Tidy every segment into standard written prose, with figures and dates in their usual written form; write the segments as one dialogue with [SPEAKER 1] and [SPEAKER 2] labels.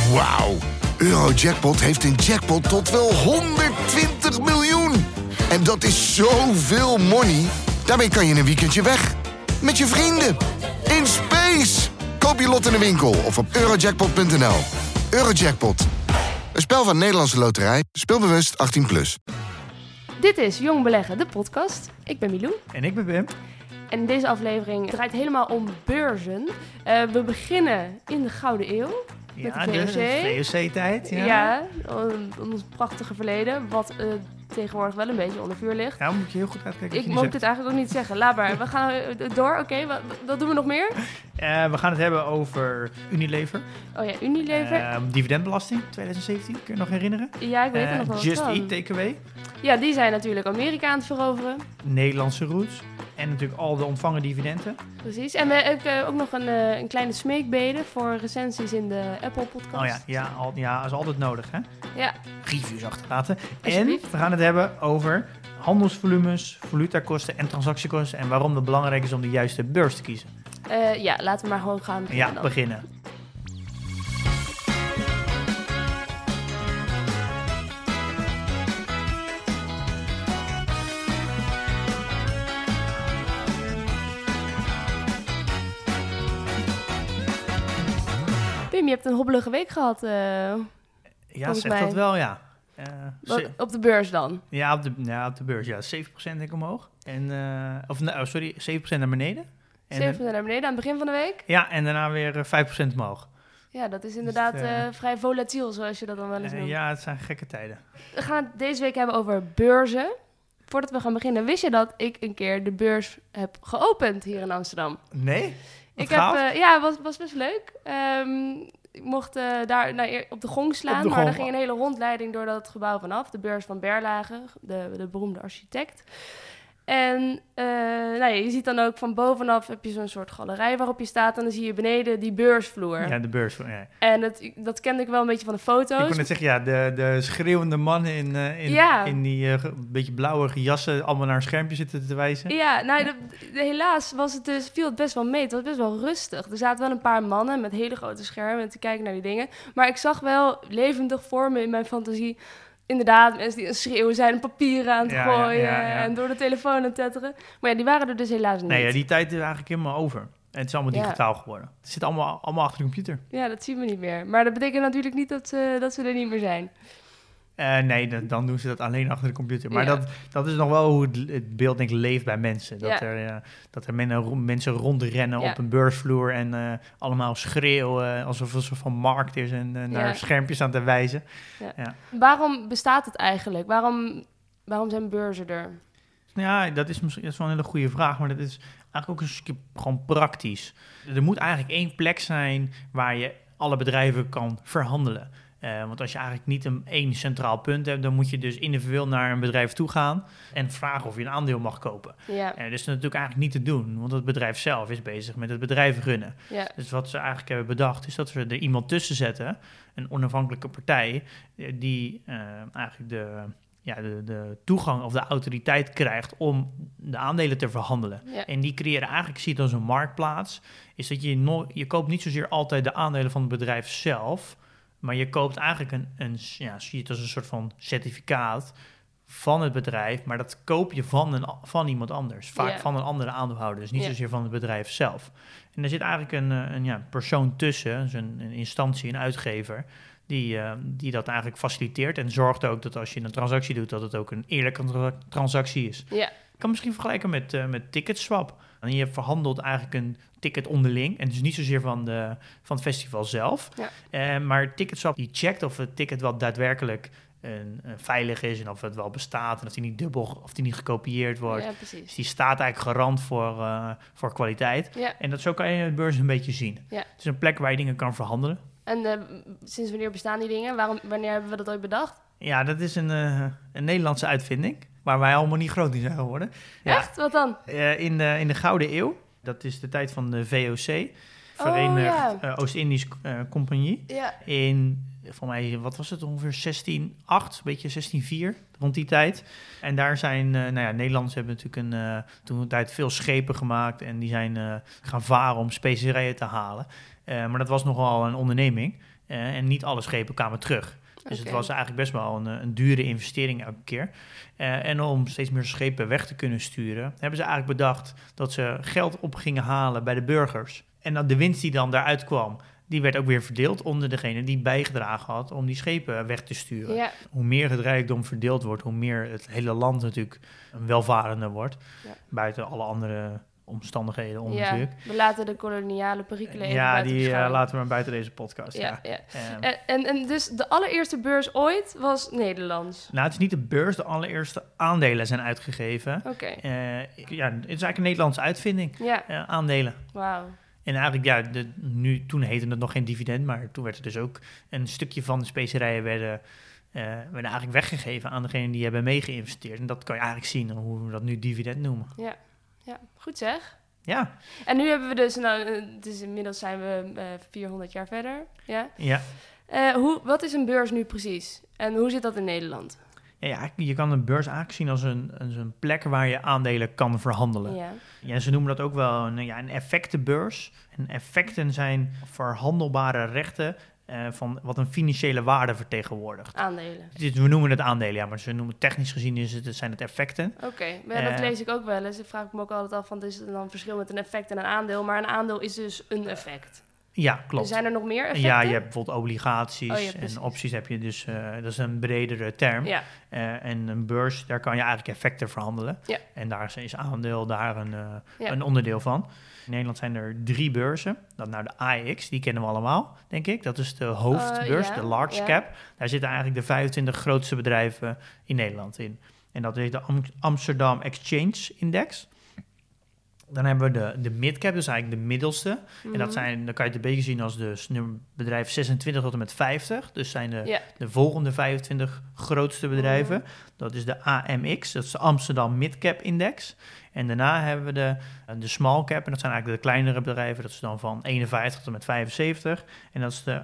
[SPEAKER 1] Wauw. Eurojackpot heeft een jackpot tot wel 120 miljoen. En dat is zoveel money. Daarmee kan je een weekendje weg. Met je vrienden. In space. Koop je lot in de winkel of op eurojackpot.nl. Eurojackpot. Een spel van Nederlandse Loterij. Speelbewust 18+.
[SPEAKER 2] Dit is Jong Beleggen, de podcast. Ik ben Milou.
[SPEAKER 3] En ik ben Wim.
[SPEAKER 2] En deze aflevering draait helemaal om beurzen. We beginnen in de Gouden Eeuw. Met de VOC.
[SPEAKER 3] De VOC-tijd.
[SPEAKER 2] Ja, ons prachtige verleden. Wat tegenwoordig wel een beetje onder vuur ligt.
[SPEAKER 3] Nou, moet je heel goed uitkijken.
[SPEAKER 2] Ik mocht dit eigenlijk ook niet zeggen. Laat maar. We gaan door. Oké, wat doen we nog meer?
[SPEAKER 3] We gaan het hebben over Unilever.
[SPEAKER 2] Oh ja, Unilever.
[SPEAKER 3] Dividendbelasting 2017, kun je nog herinneren?
[SPEAKER 2] Ja, ik weet er nog wel
[SPEAKER 3] Just
[SPEAKER 2] van.
[SPEAKER 3] Eat Takeaway.
[SPEAKER 2] Ja, die zijn natuurlijk Amerika aan het veroveren.
[SPEAKER 3] Nederlandse roots. En natuurlijk al de ontvangen dividenden.
[SPEAKER 2] Precies. En we hebben ook nog een kleine smeekbede voor recensies in de Apple podcast.
[SPEAKER 3] Oh ja, is altijd nodig, hè?
[SPEAKER 2] Ja.
[SPEAKER 3] Reviews achterlaten. En
[SPEAKER 2] Alsjeblieft.
[SPEAKER 3] we gaan het hebben over handelsvolumes, valutakosten en transactiekosten. En waarom het belangrijk is om de juiste beurs te kiezen.
[SPEAKER 2] Ja, laten we maar gewoon gaan beginnen.
[SPEAKER 3] Ja,
[SPEAKER 2] dan.
[SPEAKER 3] beginnen.
[SPEAKER 2] Wim, je hebt een hobbelige week gehad.
[SPEAKER 3] Ja,
[SPEAKER 2] Volgens
[SPEAKER 3] zeg
[SPEAKER 2] mij.
[SPEAKER 3] dat wel, ja.
[SPEAKER 2] Op de beurs dan?
[SPEAKER 3] Ja, op de beurs, ja. 7% denk ik omhoog. En, 7% naar beneden. En,
[SPEAKER 2] 7% naar beneden aan het begin van de week?
[SPEAKER 3] ja, en daarna weer 5% omhoog.
[SPEAKER 2] Ja, dat is inderdaad
[SPEAKER 3] Dus,
[SPEAKER 2] vrij volatiel, zoals je dat dan wel eens noemt.
[SPEAKER 3] Ja, het zijn gekke tijden.
[SPEAKER 2] We gaan het deze week hebben over beurzen. Voordat we gaan beginnen, wist je dat ik een keer de beurs heb geopend hier in Amsterdam?
[SPEAKER 3] Nee?
[SPEAKER 2] Was best leuk. Ik mocht daar op de gong slaan, maar er ging een hele rondleiding door dat gebouw vanaf. De beurs van Berlage, de beroemde architect. En je ziet dan ook van bovenaf heb je zo'n soort galerij waarop je staat. En dan zie je beneden die beursvloer.
[SPEAKER 3] Ja, de beursvloer, ja.
[SPEAKER 2] En dat kende ik wel een beetje van de foto's.
[SPEAKER 3] Ik kon net zeggen, ja, de schreeuwende mannen in die beetje blauwe jassen allemaal naar een schermpje zitten te wijzen.
[SPEAKER 2] Ja, helaas viel het best wel mee. Het was best wel rustig. Er zaten wel een paar mannen met hele grote schermen te kijken naar die dingen. Maar ik zag wel levendig voor me in mijn fantasie. Inderdaad, mensen die aan het schreeuwen zijn, papieren aan het gooien en door de telefoon aan het tetteren. Maar ja, die waren er dus helaas niet.
[SPEAKER 3] Nee, ja, die tijd is eigenlijk helemaal over. En het is allemaal digitaal geworden. Het zit allemaal achter de computer.
[SPEAKER 2] Ja, dat zien we niet meer. Maar dat betekent natuurlijk niet dat ze er niet meer zijn.
[SPEAKER 3] Nee, dan doen ze dat alleen achter de computer. Maar dat is nog wel hoe het beeld denk ik leeft bij mensen. Dat er mensen rondrennen op een beursvloer en allemaal schreeuwen alsof het een soort van markt is en naar schermpjes aan te wijzen.
[SPEAKER 2] Ja.
[SPEAKER 3] Ja.
[SPEAKER 2] Waarom bestaat het eigenlijk? Waarom zijn beurzen er?
[SPEAKER 3] Ja, dat is wel een hele goede vraag, maar dat is eigenlijk ook een stukje gewoon praktisch. Er moet eigenlijk één plek zijn waar je alle bedrijven kan verhandelen. Want als je eigenlijk niet één centraal punt hebt, dan moet je dus individueel naar een bedrijf toe gaan en vragen of je een aandeel mag kopen.
[SPEAKER 2] Ja.
[SPEAKER 3] Dat is natuurlijk eigenlijk niet te doen, want het bedrijf zelf is bezig met het bedrijf runnen.
[SPEAKER 2] Ja.
[SPEAKER 3] Dus wat ze eigenlijk hebben bedacht, is dat we er iemand tussen zetten, een onafhankelijke partij, die eigenlijk de toegang of de autoriteit krijgt om de aandelen te verhandelen. Ja. En die creëren eigenlijk, zie je het als een marktplaats, is dat je koopt niet zozeer altijd de aandelen van het bedrijf zelf, maar je koopt eigenlijk zie je het als een soort van certificaat van het bedrijf, maar dat koop je van iemand anders. Vaak van een andere aandeelhouder, dus niet zozeer van het bedrijf zelf. En er zit eigenlijk een persoon tussen, dus een instantie, een uitgever, die dat eigenlijk faciliteert en zorgt ook dat als je een transactie doet, dat het ook een eerlijke transactie is.
[SPEAKER 2] Ja.
[SPEAKER 3] Ik kan misschien vergelijken met Ticketswap. En je verhandelt eigenlijk een ticket onderling. En dus niet zozeer van het festival zelf. Ja. Maar Ticketswap die checkt of het ticket wel daadwerkelijk veilig is. En of het wel bestaat. En of die niet dubbel of die niet gekopieerd wordt.
[SPEAKER 2] Ja, precies. Dus
[SPEAKER 3] die staat eigenlijk garant voor kwaliteit. Ja. En zo kan je de beurs een beetje zien. Ja. Het is een plek waar je dingen kan verhandelen.
[SPEAKER 2] En sinds wanneer bestaan die dingen? Wanneer hebben we dat ooit bedacht?
[SPEAKER 3] Ja, dat is een Nederlandse uitvinding. Waar wij allemaal niet groot in zijn geworden. Ja.
[SPEAKER 2] Echt? Wat dan?
[SPEAKER 3] In de Gouden Eeuw. Dat is de tijd van de VOC. Verenigd Oost-Indisch Compagnie. Ja. In, voor mij, wat was het? Ongeveer 1608, een beetje 1604, rond die tijd. En daar zijn, Nederlanders hebben natuurlijk toen de tijd veel schepen gemaakt. En die zijn gaan varen om specerijen te halen. Maar dat was nogal een onderneming. En niet alle schepen kwamen terug. Dus het was eigenlijk best wel een dure investering elke keer. En om steeds meer schepen weg te kunnen sturen, hebben ze eigenlijk bedacht dat ze geld op gingen halen bij de burgers. En dat de winst die dan daaruit kwam, die werd ook weer verdeeld onder degene die bijgedragen had om die schepen weg te sturen. Ja. Hoe meer het rijkdom verdeeld wordt, hoe meer het hele land natuurlijk welvarender wordt. Ja. Buiten alle andere omstandigheden om natuurlijk.
[SPEAKER 2] We laten de koloniale perikelen even buiten
[SPEAKER 3] die laten we maar buiten deze podcast. Ja.
[SPEAKER 2] En dus de allereerste beurs ooit was Nederlands?
[SPEAKER 3] Nou, het is niet de beurs. De allereerste aandelen zijn uitgegeven.
[SPEAKER 2] Oké.
[SPEAKER 3] Het is eigenlijk een Nederlandse uitvinding. Ja. Aandelen.
[SPEAKER 2] Wauw.
[SPEAKER 3] En eigenlijk, toen heette het nog geen dividend, maar toen werd er dus ook een stukje van de specerijen werden eigenlijk weggegeven aan degenen die hebben meegeïnvesteerd. En dat kan je eigenlijk zien hoe we dat nu dividend noemen.
[SPEAKER 2] Ja, goed zeg.
[SPEAKER 3] Ja.
[SPEAKER 2] En nu hebben we dus inmiddels zijn we 400 jaar verder. Ja. Wat is een beurs nu precies? En hoe zit dat in Nederland?
[SPEAKER 3] Ja, je kan een beurs eigenlijk zien als een plek waar je aandelen kan verhandelen. Ja, ze noemen dat ook wel een effectenbeurs. En effecten zijn verhandelbare rechten van wat een financiële waarde vertegenwoordigt.
[SPEAKER 2] Aandelen.
[SPEAKER 3] We noemen het aandelen, maar ze noemen technisch gezien zijn het effecten.
[SPEAKER 2] Oké, dat lees ik ook wel eens. Ik vraag me ook altijd af van, is er dan verschil met een effect en een aandeel? Maar een aandeel is dus een effect.
[SPEAKER 3] Ja, klopt.
[SPEAKER 2] Zijn er nog meer effecten?
[SPEAKER 3] Ja, je hebt bijvoorbeeld obligaties en opties heb je dus, dat is een bredere term. Ja. En een beurs, daar kan je eigenlijk effecten verhandelen. Ja. En daar is aandeel daar een onderdeel van. In Nederland zijn er 3 beurzen. De AEX, die kennen we allemaal, denk ik. Dat is de hoofdbeurs, de large cap. Daar zitten eigenlijk de 25 grootste bedrijven in Nederland in. En dat is de Amsterdam Exchange Index. Dan hebben we de midcap, dus eigenlijk de middelste. Mm-hmm. En dan kan je het een beetje zien als de bedrijf 26 tot en met 50. Dus zijn de volgende 25 grootste bedrijven. Mm-hmm. Dat is de AMX, dat is de Amsterdam Midcap Index. En daarna hebben we de small cap, en dat zijn eigenlijk de kleinere bedrijven. Dat is dan van 51 tot en met 75. En dat is de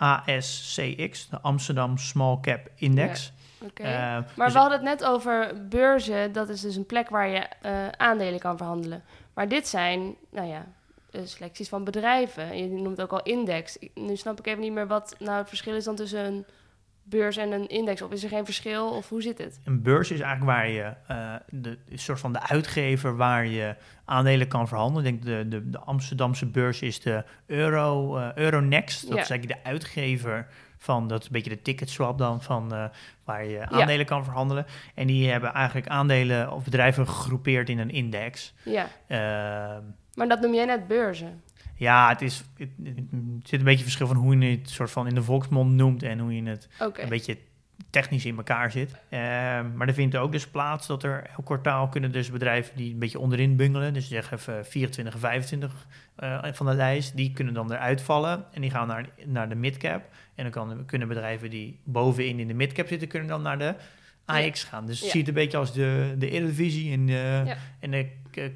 [SPEAKER 3] ASCX, de Amsterdam Small Cap Index.
[SPEAKER 2] Okay. Maar we hadden het net over beurzen. Dat is dus een plek waar je aandelen kan verhandelen. Maar dit zijn, selecties van bedrijven. Je noemt het ook al index. Nu snap ik even niet meer wat nou het verschil is dan tussen een beurs en een index. Of is er geen verschil? Of hoe zit het?
[SPEAKER 3] Een beurs is eigenlijk waar je een soort van de uitgever waar je aandelen kan verhandelen. Ik denk de Amsterdamse beurs is de Euronext. Dat is eigenlijk de uitgever van, dat is een beetje de ticketswap dan, van waar je aandelen kan verhandelen. En die hebben eigenlijk aandelen of bedrijven gegroepeerd in een index. Ja.
[SPEAKER 2] Maar dat noem jij net beurzen?
[SPEAKER 3] Ja, het zit een beetje verschil van hoe je het soort van in de volksmond noemt en hoe je het een beetje technisch in elkaar zit. Maar er vindt ook dus plaats dat er elk kwartaal kunnen dus bedrijven die een beetje onderin bungelen, dus zeg even 24 en 25 van de lijst, die kunnen dan eruit vallen en die gaan naar de midcap. En dan kunnen bedrijven die bovenin in de midcap zitten, kunnen dan naar de AX gaan. Dus het ziet een beetje als de Eredivisie en de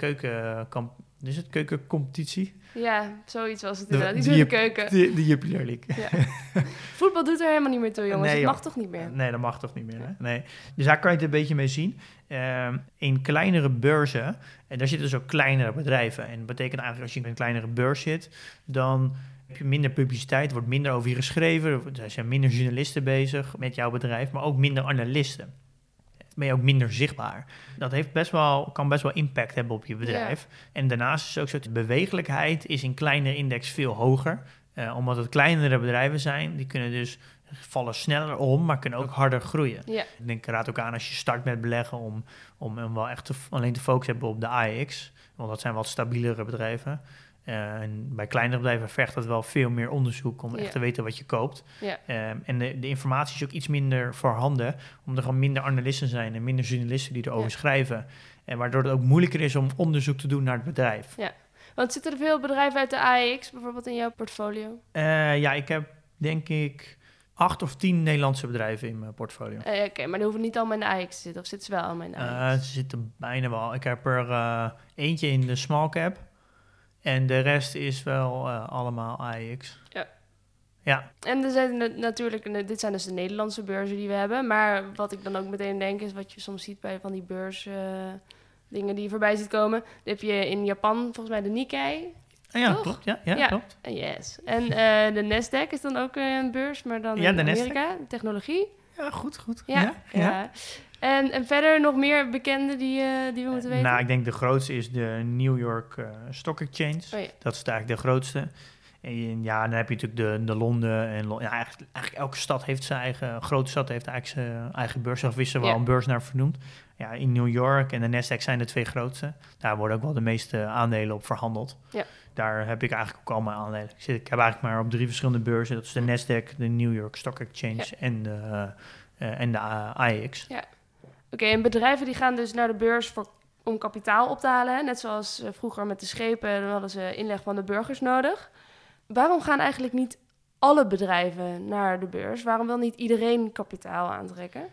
[SPEAKER 3] keukencompetitie.
[SPEAKER 2] Ja, zoiets was het inderdaad. Iets met de keuken.
[SPEAKER 3] De Jupiler League.
[SPEAKER 2] Ja. Voetbal doet er helemaal niet meer toe, jongens.
[SPEAKER 3] Nee,
[SPEAKER 2] dat mag toch niet meer?
[SPEAKER 3] Nee, dat mag toch niet meer. Hè? Nee. Dus daar kan je het een beetje mee zien. In kleinere beurzen, en daar zitten dus ook kleinere bedrijven. En dat betekent eigenlijk als je in een kleinere beurs zit, dan heb je minder publiciteit, wordt minder over je geschreven. Er zijn minder journalisten bezig met jouw bedrijf, maar ook minder analisten. Ben je ook minder zichtbaar. Dat kan best wel impact hebben op je bedrijf. Ja. En daarnaast is het ook zo, de bewegelijkheid is in kleinere index veel hoger. Omdat het kleinere bedrijven zijn, die kunnen dus vallen sneller om, maar kunnen ook harder groeien. Ja. Ik raad ook aan als je start met beleggen om wel echt alleen te focussen hebben op de AEX. Want dat zijn wat stabielere bedrijven. En bij kleinere bedrijven vergt dat wel veel meer onderzoek om echt te weten wat je koopt. Ja. En de informatie is ook iets minder voorhanden, omdat er gewoon minder analisten zijn en minder journalisten die erover schrijven. En waardoor het ook moeilijker is om onderzoek te doen naar het bedrijf. Ja,
[SPEAKER 2] want zitten er veel bedrijven uit de AEX bijvoorbeeld in jouw portfolio?
[SPEAKER 3] Ik heb denk ik 8 of 10 Nederlandse bedrijven in mijn portfolio.
[SPEAKER 2] Oké, maar die hoeven niet allemaal in de AEX te zitten, of zitten ze wel allemaal in de AEX?
[SPEAKER 3] Ze zitten bijna wel. Ik heb er eentje in de small cap. En de rest is wel allemaal AEX. Ja.
[SPEAKER 2] En er zijn natuurlijk, dit zijn dus de Nederlandse beurzen die we hebben. Maar wat ik dan ook meteen denk is wat je soms ziet bij van die beurs dingen die je voorbij ziet komen. Dan heb je in Japan volgens mij de Nikkei.
[SPEAKER 3] Ja,
[SPEAKER 2] toch?
[SPEAKER 3] klopt. Ja, klopt.
[SPEAKER 2] Yes. En de Nasdaq is dan ook een beurs, maar dan in Amerika, technologie.
[SPEAKER 3] Ja, goed.
[SPEAKER 2] Ja. En verder nog meer bekende die we moeten weten?
[SPEAKER 3] Nou, ik denk de grootste is de New York Stock Exchange.
[SPEAKER 2] Oh, ja.
[SPEAKER 3] Dat is eigenlijk de grootste. En ja, dan heb je natuurlijk de Londen. En eigenlijk elke stad heeft zijn eigen... grote stad heeft eigenlijk zijn eigen beurs. Of is er wel een beurs naar vernoemd. Ja, in New York en de Nasdaq zijn de 2 grootste. Daar worden ook wel de meeste aandelen op verhandeld. Ja. Daar heb ik eigenlijk ook al mijn aandelen. Ik heb eigenlijk maar op 3 verschillende beurzen. Dat is de Nasdaq, de New York Stock Exchange en de AEX.
[SPEAKER 2] Ja. Oké, en bedrijven die gaan dus naar de beurs om kapitaal op te halen. Hè? Net zoals vroeger met de schepen, dan hadden ze inleg van de burgers nodig. Waarom gaan eigenlijk niet alle bedrijven naar de beurs? Waarom wil niet iedereen kapitaal aantrekken?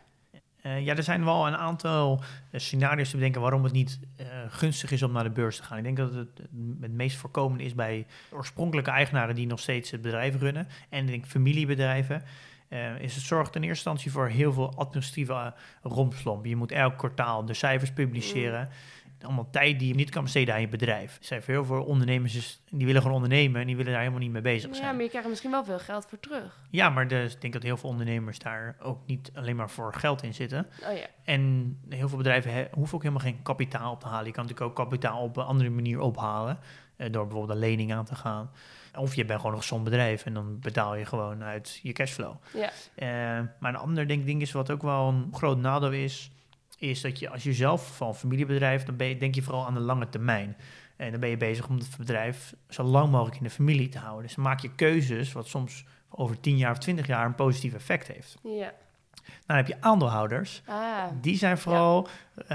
[SPEAKER 3] Er zijn wel een aantal scenario's te bedenken waarom het niet gunstig is om naar de beurs te gaan. Ik denk dat het meest voorkomende is bij oorspronkelijke eigenaren die nog steeds het bedrijf runnen. En ik denk familiebedrijven. Het zorgt in eerste instantie voor heel veel administratieve rompslomp. Je moet elk kwartaal de cijfers publiceren. Allemaal tijd die je niet kan besteden aan je bedrijf. Er zijn heel veel ondernemers die willen gewoon ondernemen en die willen daar helemaal niet mee bezig zijn.
[SPEAKER 2] Ja, maar je krijgt er misschien wel veel geld voor terug.
[SPEAKER 3] Ja, maar ik denk dat heel veel ondernemers daar ook niet alleen maar voor geld in zitten.
[SPEAKER 2] Oh ja.
[SPEAKER 3] En heel veel bedrijven hoeven ook helemaal geen kapitaal op te halen. Je kan natuurlijk ook kapitaal op een andere manier ophalen. Door bijvoorbeeld een lening aan te gaan. Of je bent gewoon een gezond bedrijf en dan betaal je gewoon uit je cashflow.
[SPEAKER 2] Ja.
[SPEAKER 3] Maar een ander ding is wat ook wel een groot nadeel is dat je als je zelf van een familiebedrijf, dan denk je vooral aan de lange termijn. En dan ben je bezig om het bedrijf zo lang mogelijk in de familie te houden. Dus dan maak je keuzes wat soms over 10 jaar of 20 jaar een positief effect heeft.
[SPEAKER 2] Ja.
[SPEAKER 3] Dan heb je aandeelhouders. Die zijn vooral,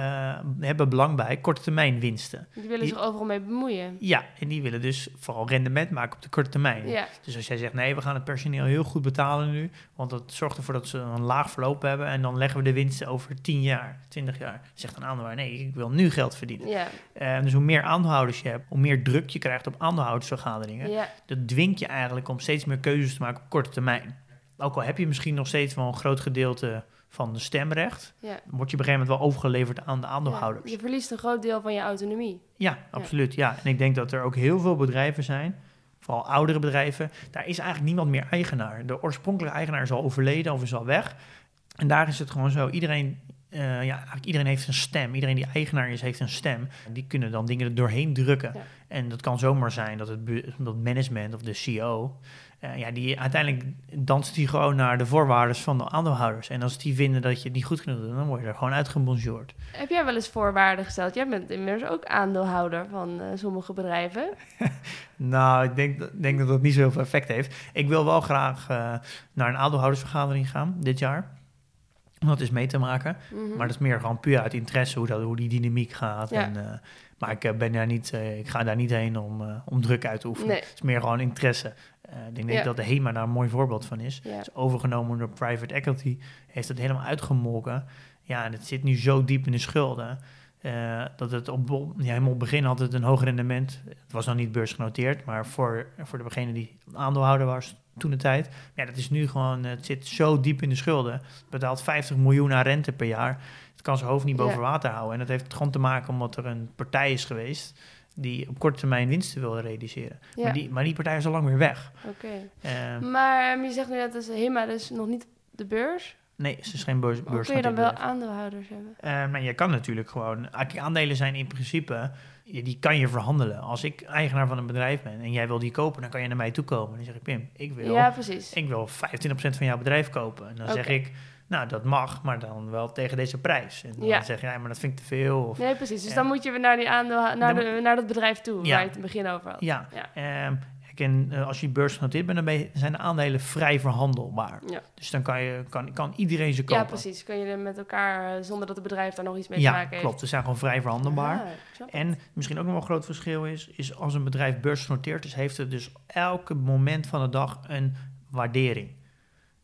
[SPEAKER 3] hebben belang bij korte termijn winsten.
[SPEAKER 2] Die willen zich overal mee bemoeien.
[SPEAKER 3] Ja, en die willen dus vooral rendement maken op de korte termijn.
[SPEAKER 2] Ja.
[SPEAKER 3] Dus als jij zegt, nee, we gaan het personeel heel goed betalen nu, want dat zorgt ervoor dat ze een laag verloop hebben en dan leggen we de winsten over 10 jaar, 20 jaar. Dan zegt een aandeelhouder, nee, ik wil nu geld verdienen.
[SPEAKER 2] Ja.
[SPEAKER 3] Dus hoe meer aandeelhouders je hebt, hoe meer druk je krijgt op aandeelhoudersvergaderingen. Ja. Dat dwingt je eigenlijk om steeds meer keuzes te maken op korte termijn. Ook al heb je misschien nog steeds wel een groot gedeelte van de stemrecht, word je op een gegeven moment wel overgeleverd aan de aandeelhouders.
[SPEAKER 2] Je verliest een groot deel van je autonomie.
[SPEAKER 3] Ja, absoluut. Ja. En ik denk dat er ook heel veel bedrijven zijn, vooral oudere bedrijven, daar is eigenlijk niemand meer eigenaar. De oorspronkelijke eigenaar is al overleden of is al weg. En daar is het gewoon zo, iedereen heeft een stem. Iedereen die eigenaar is, heeft een stem. Die kunnen dan dingen er doorheen drukken. Ja. En dat kan zomaar zijn dat het management of de CEO... die uiteindelijk danst die gewoon naar de voorwaarden van de aandeelhouders. En als die vinden dat je het niet goed genoeg doet, dan word je er gewoon uitgebonjourd.
[SPEAKER 2] Heb jij wel eens voorwaarden gesteld? Jij bent inmiddels ook aandeelhouder van sommige bedrijven.
[SPEAKER 3] Nou, ik denk dat dat niet zoveel effect heeft. Ik wil wel graag naar een aandeelhoudersvergadering gaan dit jaar. Om dat eens mee te maken. Mm-hmm. Maar dat is meer gewoon puur uit interesse hoe die dynamiek gaat. Ja. Maar ik ga daar niet heen om druk uit te oefenen. Nee. Het is meer gewoon interesse. Ik denk dat de HEMA daar een mooi voorbeeld van is. Ja. Het is overgenomen door private equity. Heeft het helemaal uitgemolken. Ja, en het zit nu zo diep in de schulden. Dat het helemaal op het begin had het een hoog rendement. Het was nog niet beursgenoteerd. Maar voor degene die aandeelhouder was toen de tijd. Ja, dat is nu gewoon, het zit zo diep in de schulden. Het betaalt 50 miljoen aan rente per jaar. Het kan zijn hoofd niet boven water houden. En dat heeft gewoon te maken omdat er een partij is geweest die op korte termijn winsten wil realiseren. Ja. Maar die partij is al lang weer weg.
[SPEAKER 2] Oké. Maar je zegt nu dat is HEMA dus nog niet op de beurs?
[SPEAKER 3] Nee, ze is geen beurs.
[SPEAKER 2] Hoe kun je dan wel aandeelhouders hebben?
[SPEAKER 3] Maar je kan natuurlijk gewoon... Aandelen zijn in principe... Die kan je verhandelen. Als ik eigenaar van een bedrijf ben en jij wil die kopen, dan kan je naar mij toe komen. Dan zeg ik, Pim, ik wil 25% van jouw bedrijf kopen. En dan zeg ik, nou, dat mag, maar dan wel tegen deze prijs. En dan zeg je, ja, maar dat vind ik te veel. Of,
[SPEAKER 2] nee, precies. Dus dan moet je weer naar die naar dat bedrijf toe, waar je het in het begin over had.
[SPEAKER 3] Ja. Als je beursgenoteerd bent, dan zijn de aandelen vrij verhandelbaar. Ja. Dus dan kan iedereen ze kopen.
[SPEAKER 2] Ja, precies. Kun je er met elkaar, zonder dat het bedrijf daar nog iets mee te maken heeft.
[SPEAKER 3] Ja, klopt. Ze zijn gewoon vrij verhandelbaar. En misschien ook nog wel een groot verschil is als een bedrijf beursgenoteerd is, heeft het dus elke moment van de dag een waardering.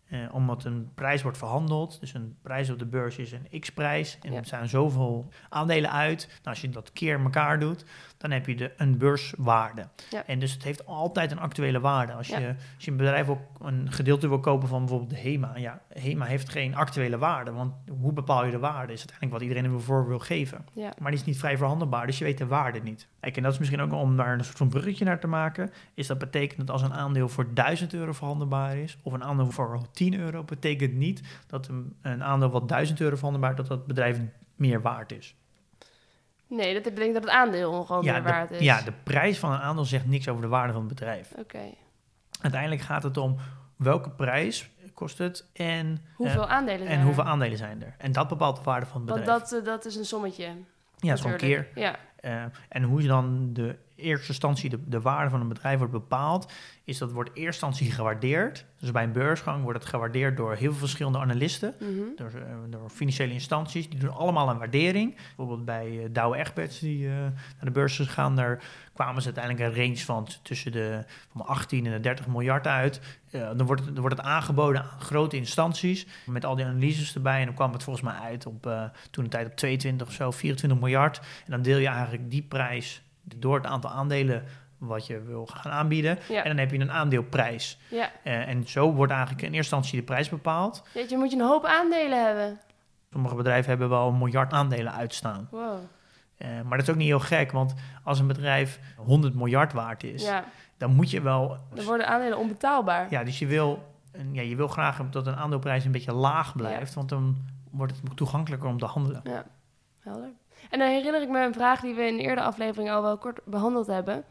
[SPEAKER 3] omdat een prijs wordt verhandeld. Dus een prijs op de beurs is een x-prijs. En er zijn zoveel aandelen uit. Nou, als je dat keer elkaar doet, dan heb je een beurswaarde. Ja. En dus het heeft altijd een actuele waarde. Als je een bedrijf ook een gedeelte wil kopen van bijvoorbeeld de HEMA. Ja, HEMA heeft geen actuele waarde. Want hoe bepaal je de waarde? Is uiteindelijk wat iedereen ervoor wil geven. Ja. Maar die is niet vrij verhandelbaar, dus je weet de waarde niet. Kijk, en dat is misschien ook om daar een soort van bruggetje naar te maken. Dat betekent dat als een aandeel voor €1.000 verhandelbaar is, of een aandeel voor €10, betekent niet dat een aandeel wat €1.000 verhandelbaar, dat bedrijf meer waard is.
[SPEAKER 2] Nee, dat betekent dat het aandeel gewoon meer waard is.
[SPEAKER 3] Ja, de prijs van een aandeel zegt niks over de waarde van het bedrijf.
[SPEAKER 2] Oké.
[SPEAKER 3] Uiteindelijk gaat het om welke prijs kost het en
[SPEAKER 2] hoeveel aandelen zijn
[SPEAKER 3] er. En dat bepaalt de waarde van het bedrijf.
[SPEAKER 2] Want dat is een sommetje.
[SPEAKER 3] Ja, dat is gewoon een keer.
[SPEAKER 2] Ja.
[SPEAKER 3] En hoe je dan de eerste instantie de waarde van een bedrijf wordt bepaald, is dat wordt eerst instantie gewaardeerd. Dus bij een beursgang wordt het gewaardeerd door heel veel verschillende analisten, door financiële instanties. Die doen allemaal een waardering. Bijvoorbeeld bij Douwe Egberts, die naar de beurs is gegaan, daar kwamen ze uiteindelijk een range van tussen de 18 en de 30 miljard uit. Dan wordt het aangeboden aan grote instanties met al die analyses erbij. En dan kwam het volgens mij uit op toen de tijd op 22 of zo, 24 miljard. En dan deel je eigenlijk die prijs door het aantal aandelen wat je wil gaan aanbieden. Ja. En dan heb je een aandeelprijs. Ja. En zo wordt eigenlijk in eerste instantie de prijs bepaald.
[SPEAKER 2] Jeetje, moet je een hoop aandelen hebben.
[SPEAKER 3] Sommige bedrijven hebben wel 1 miljard aandelen uitstaan.
[SPEAKER 2] Wow.
[SPEAKER 3] Maar dat is ook niet heel gek, want als een bedrijf 100 miljard waard is, dan moet je wel...
[SPEAKER 2] Dan worden aandelen onbetaalbaar.
[SPEAKER 3] Ja, dus je wil graag dat een aandeelprijs een beetje laag blijft, want dan wordt het toegankelijker om te handelen.
[SPEAKER 2] Ja, helder. En dan herinner ik me een vraag die we in een eerdere aflevering al wel kort behandeld hebben.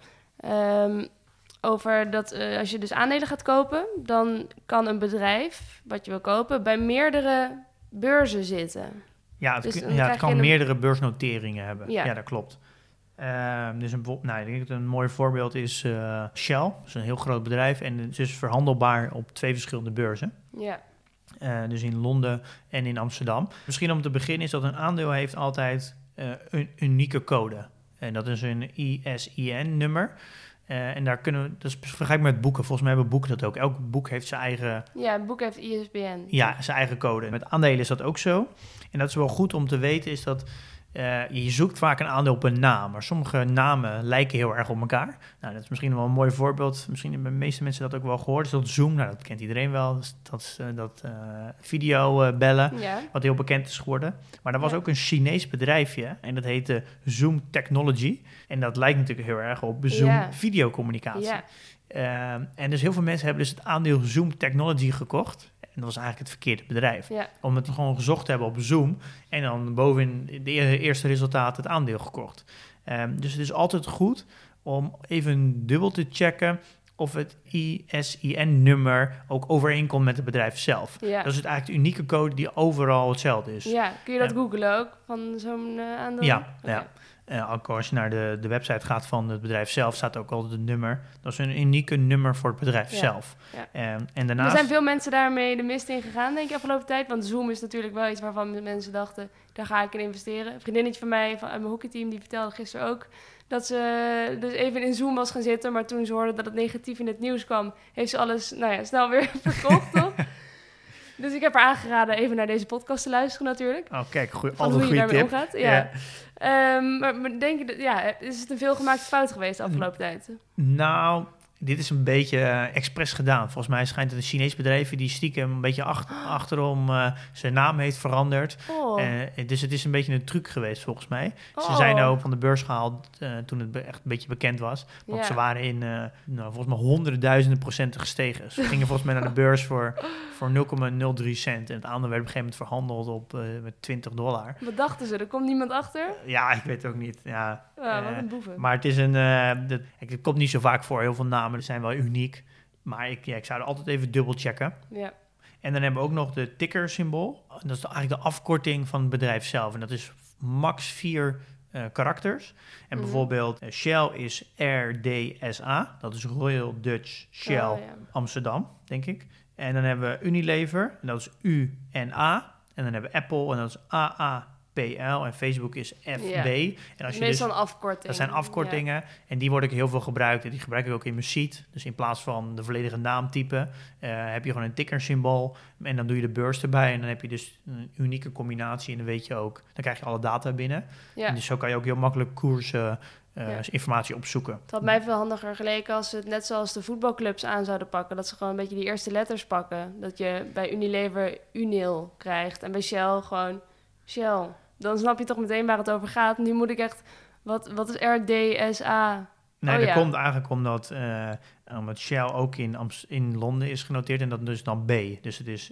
[SPEAKER 2] Over dat als je dus aandelen gaat kopen, dan kan een bedrijf wat je wil kopen bij meerdere beurzen zitten.
[SPEAKER 3] Ja, het kan meerdere beursnoteringen hebben. Ja, dat klopt. Dus ik denk dat een mooi voorbeeld is Shell. Dat is een heel groot bedrijf en het is verhandelbaar op 2 verschillende beurzen. Ja. Dus in Londen en in Amsterdam. Misschien om te beginnen is dat een aandeel heeft altijd een unieke code. En dat is een ISIN-nummer. En daar dat is vergelijkbaar met boeken. Volgens mij hebben boeken dat ook. Elk boek heeft zijn eigen...
[SPEAKER 2] Ja, een boek heeft ISBN.
[SPEAKER 3] Ja, zijn eigen code. Met aandelen is dat ook zo. En dat is wel goed om te weten, is dat je zoekt vaak een aandeel op een naam. Maar sommige namen lijken heel erg op elkaar. Nou, dat is misschien wel een mooi voorbeeld. Misschien hebben de meeste mensen dat ook wel gehoord. Dus dat Zoom, nou, dat kent iedereen wel. Dat video bellen, wat heel bekend is geworden. Maar er was ook een Chinees bedrijfje. En dat heette Zoom Technology. En dat lijkt natuurlijk heel erg op Zoom videocommunicatie. Ja. En dus heel veel mensen hebben dus het aandeel Zoom Technology gekocht. En dat was eigenlijk het verkeerde bedrijf. Ja. Omdat we gewoon gezocht hebben op Zoom. En dan bovenin de eerste resultaat het aandeel gekocht. Dus het is altijd goed om even dubbel te checken of het ISIN-nummer ook overeenkomt met het bedrijf zelf. Ja. Dat is eigenlijk de unieke code die overal hetzelfde is.
[SPEAKER 2] Ja, kun je dat googlen ook van zo'n aandeel?
[SPEAKER 3] Ja, okay. Ook als je naar de website gaat van het bedrijf zelf, staat ook altijd een nummer. Dat is een unieke nummer voor het bedrijf zelf. Ja. En daarnaast...
[SPEAKER 2] Er zijn veel mensen daarmee de mist in gegaan, denk ik, afgelopen tijd. Want Zoom is natuurlijk wel iets waarvan mensen dachten, daar ga ik in investeren. Een vriendinnetje van mij, uit mijn hockeyteam, die vertelde gisteren ook dat ze dus even in Zoom was gaan zitten. Maar toen ze hoorde dat het negatief in het nieuws kwam, heeft ze alles snel weer verkocht, toch? Dus ik heb haar aangeraden even naar deze podcast te luisteren natuurlijk.
[SPEAKER 3] Oh, kijk, altijd
[SPEAKER 2] hoe je daarmee
[SPEAKER 3] tip.
[SPEAKER 2] omgaat. Ja. Maar denk je, is het een veelgemaakte fout geweest de afgelopen tijd?
[SPEAKER 3] Nou, dit is een beetje expres gedaan. Volgens mij schijnt het een Chinees bedrijf die stiekem een beetje achterom zijn naam heeft veranderd. Oh. Dus het is een beetje een truc geweest volgens mij. Ze zijn ook van de beurs gehaald toen het echt een beetje bekend was. Want ze waren in volgens mij honderdduizenden procenten gestegen. Ze gingen volgens mij naar de beurs voor 0,03 cent. En het aandeel werd op een gegeven moment verhandeld op met $20.
[SPEAKER 2] Wat dachten ze? Er komt niemand achter?
[SPEAKER 3] Ja, ik weet het ook niet. Ja,
[SPEAKER 2] wat een boeven.
[SPEAKER 3] Maar het is het komt niet zo vaak voor. Heel veel namen zijn wel uniek. Maar ik zou er altijd even dubbel checken. Ja. En dan hebben we ook nog de ticker-symbool. Dat is eigenlijk de afkorting van het bedrijf zelf. En dat is max 4 karakters. En bijvoorbeeld Shell is RDSA. Dat is Royal Dutch Shell Amsterdam, denk ik. En dan hebben we Unilever. En dat is U en A. En dan hebben we Apple. En dat is AAP. FPL en Facebook is FB.
[SPEAKER 2] Ja.
[SPEAKER 3] En als je
[SPEAKER 2] meestal een afkorting.
[SPEAKER 3] Dat zijn afkortingen en die worden ook heel veel gebruikt. En die gebruik ik ook in mijn sheet. Dus in plaats van de volledige naam typen, heb je gewoon een tickersymbool. En dan doe je de beurs erbij. En dan heb je dus een unieke combinatie. En dan weet je ook, dan krijg je alle data binnen.
[SPEAKER 2] Ja.
[SPEAKER 3] En dus zo kan je ook heel makkelijk koersen, informatie opzoeken.
[SPEAKER 2] Het had mij veel handiger geleken als ze het net zoals de voetbalclubs aan zouden pakken. Dat ze gewoon een beetje die eerste letters pakken. Dat je bij Unilever Unil krijgt en bij Shell gewoon Shell. Dan snap je toch meteen waar het over gaat. Nu moet ik echt... Wat is RDSA?
[SPEAKER 3] Nee, dat komt eigenlijk omdat Shell ook in Londen is genoteerd en dat dus dan B. Dus het is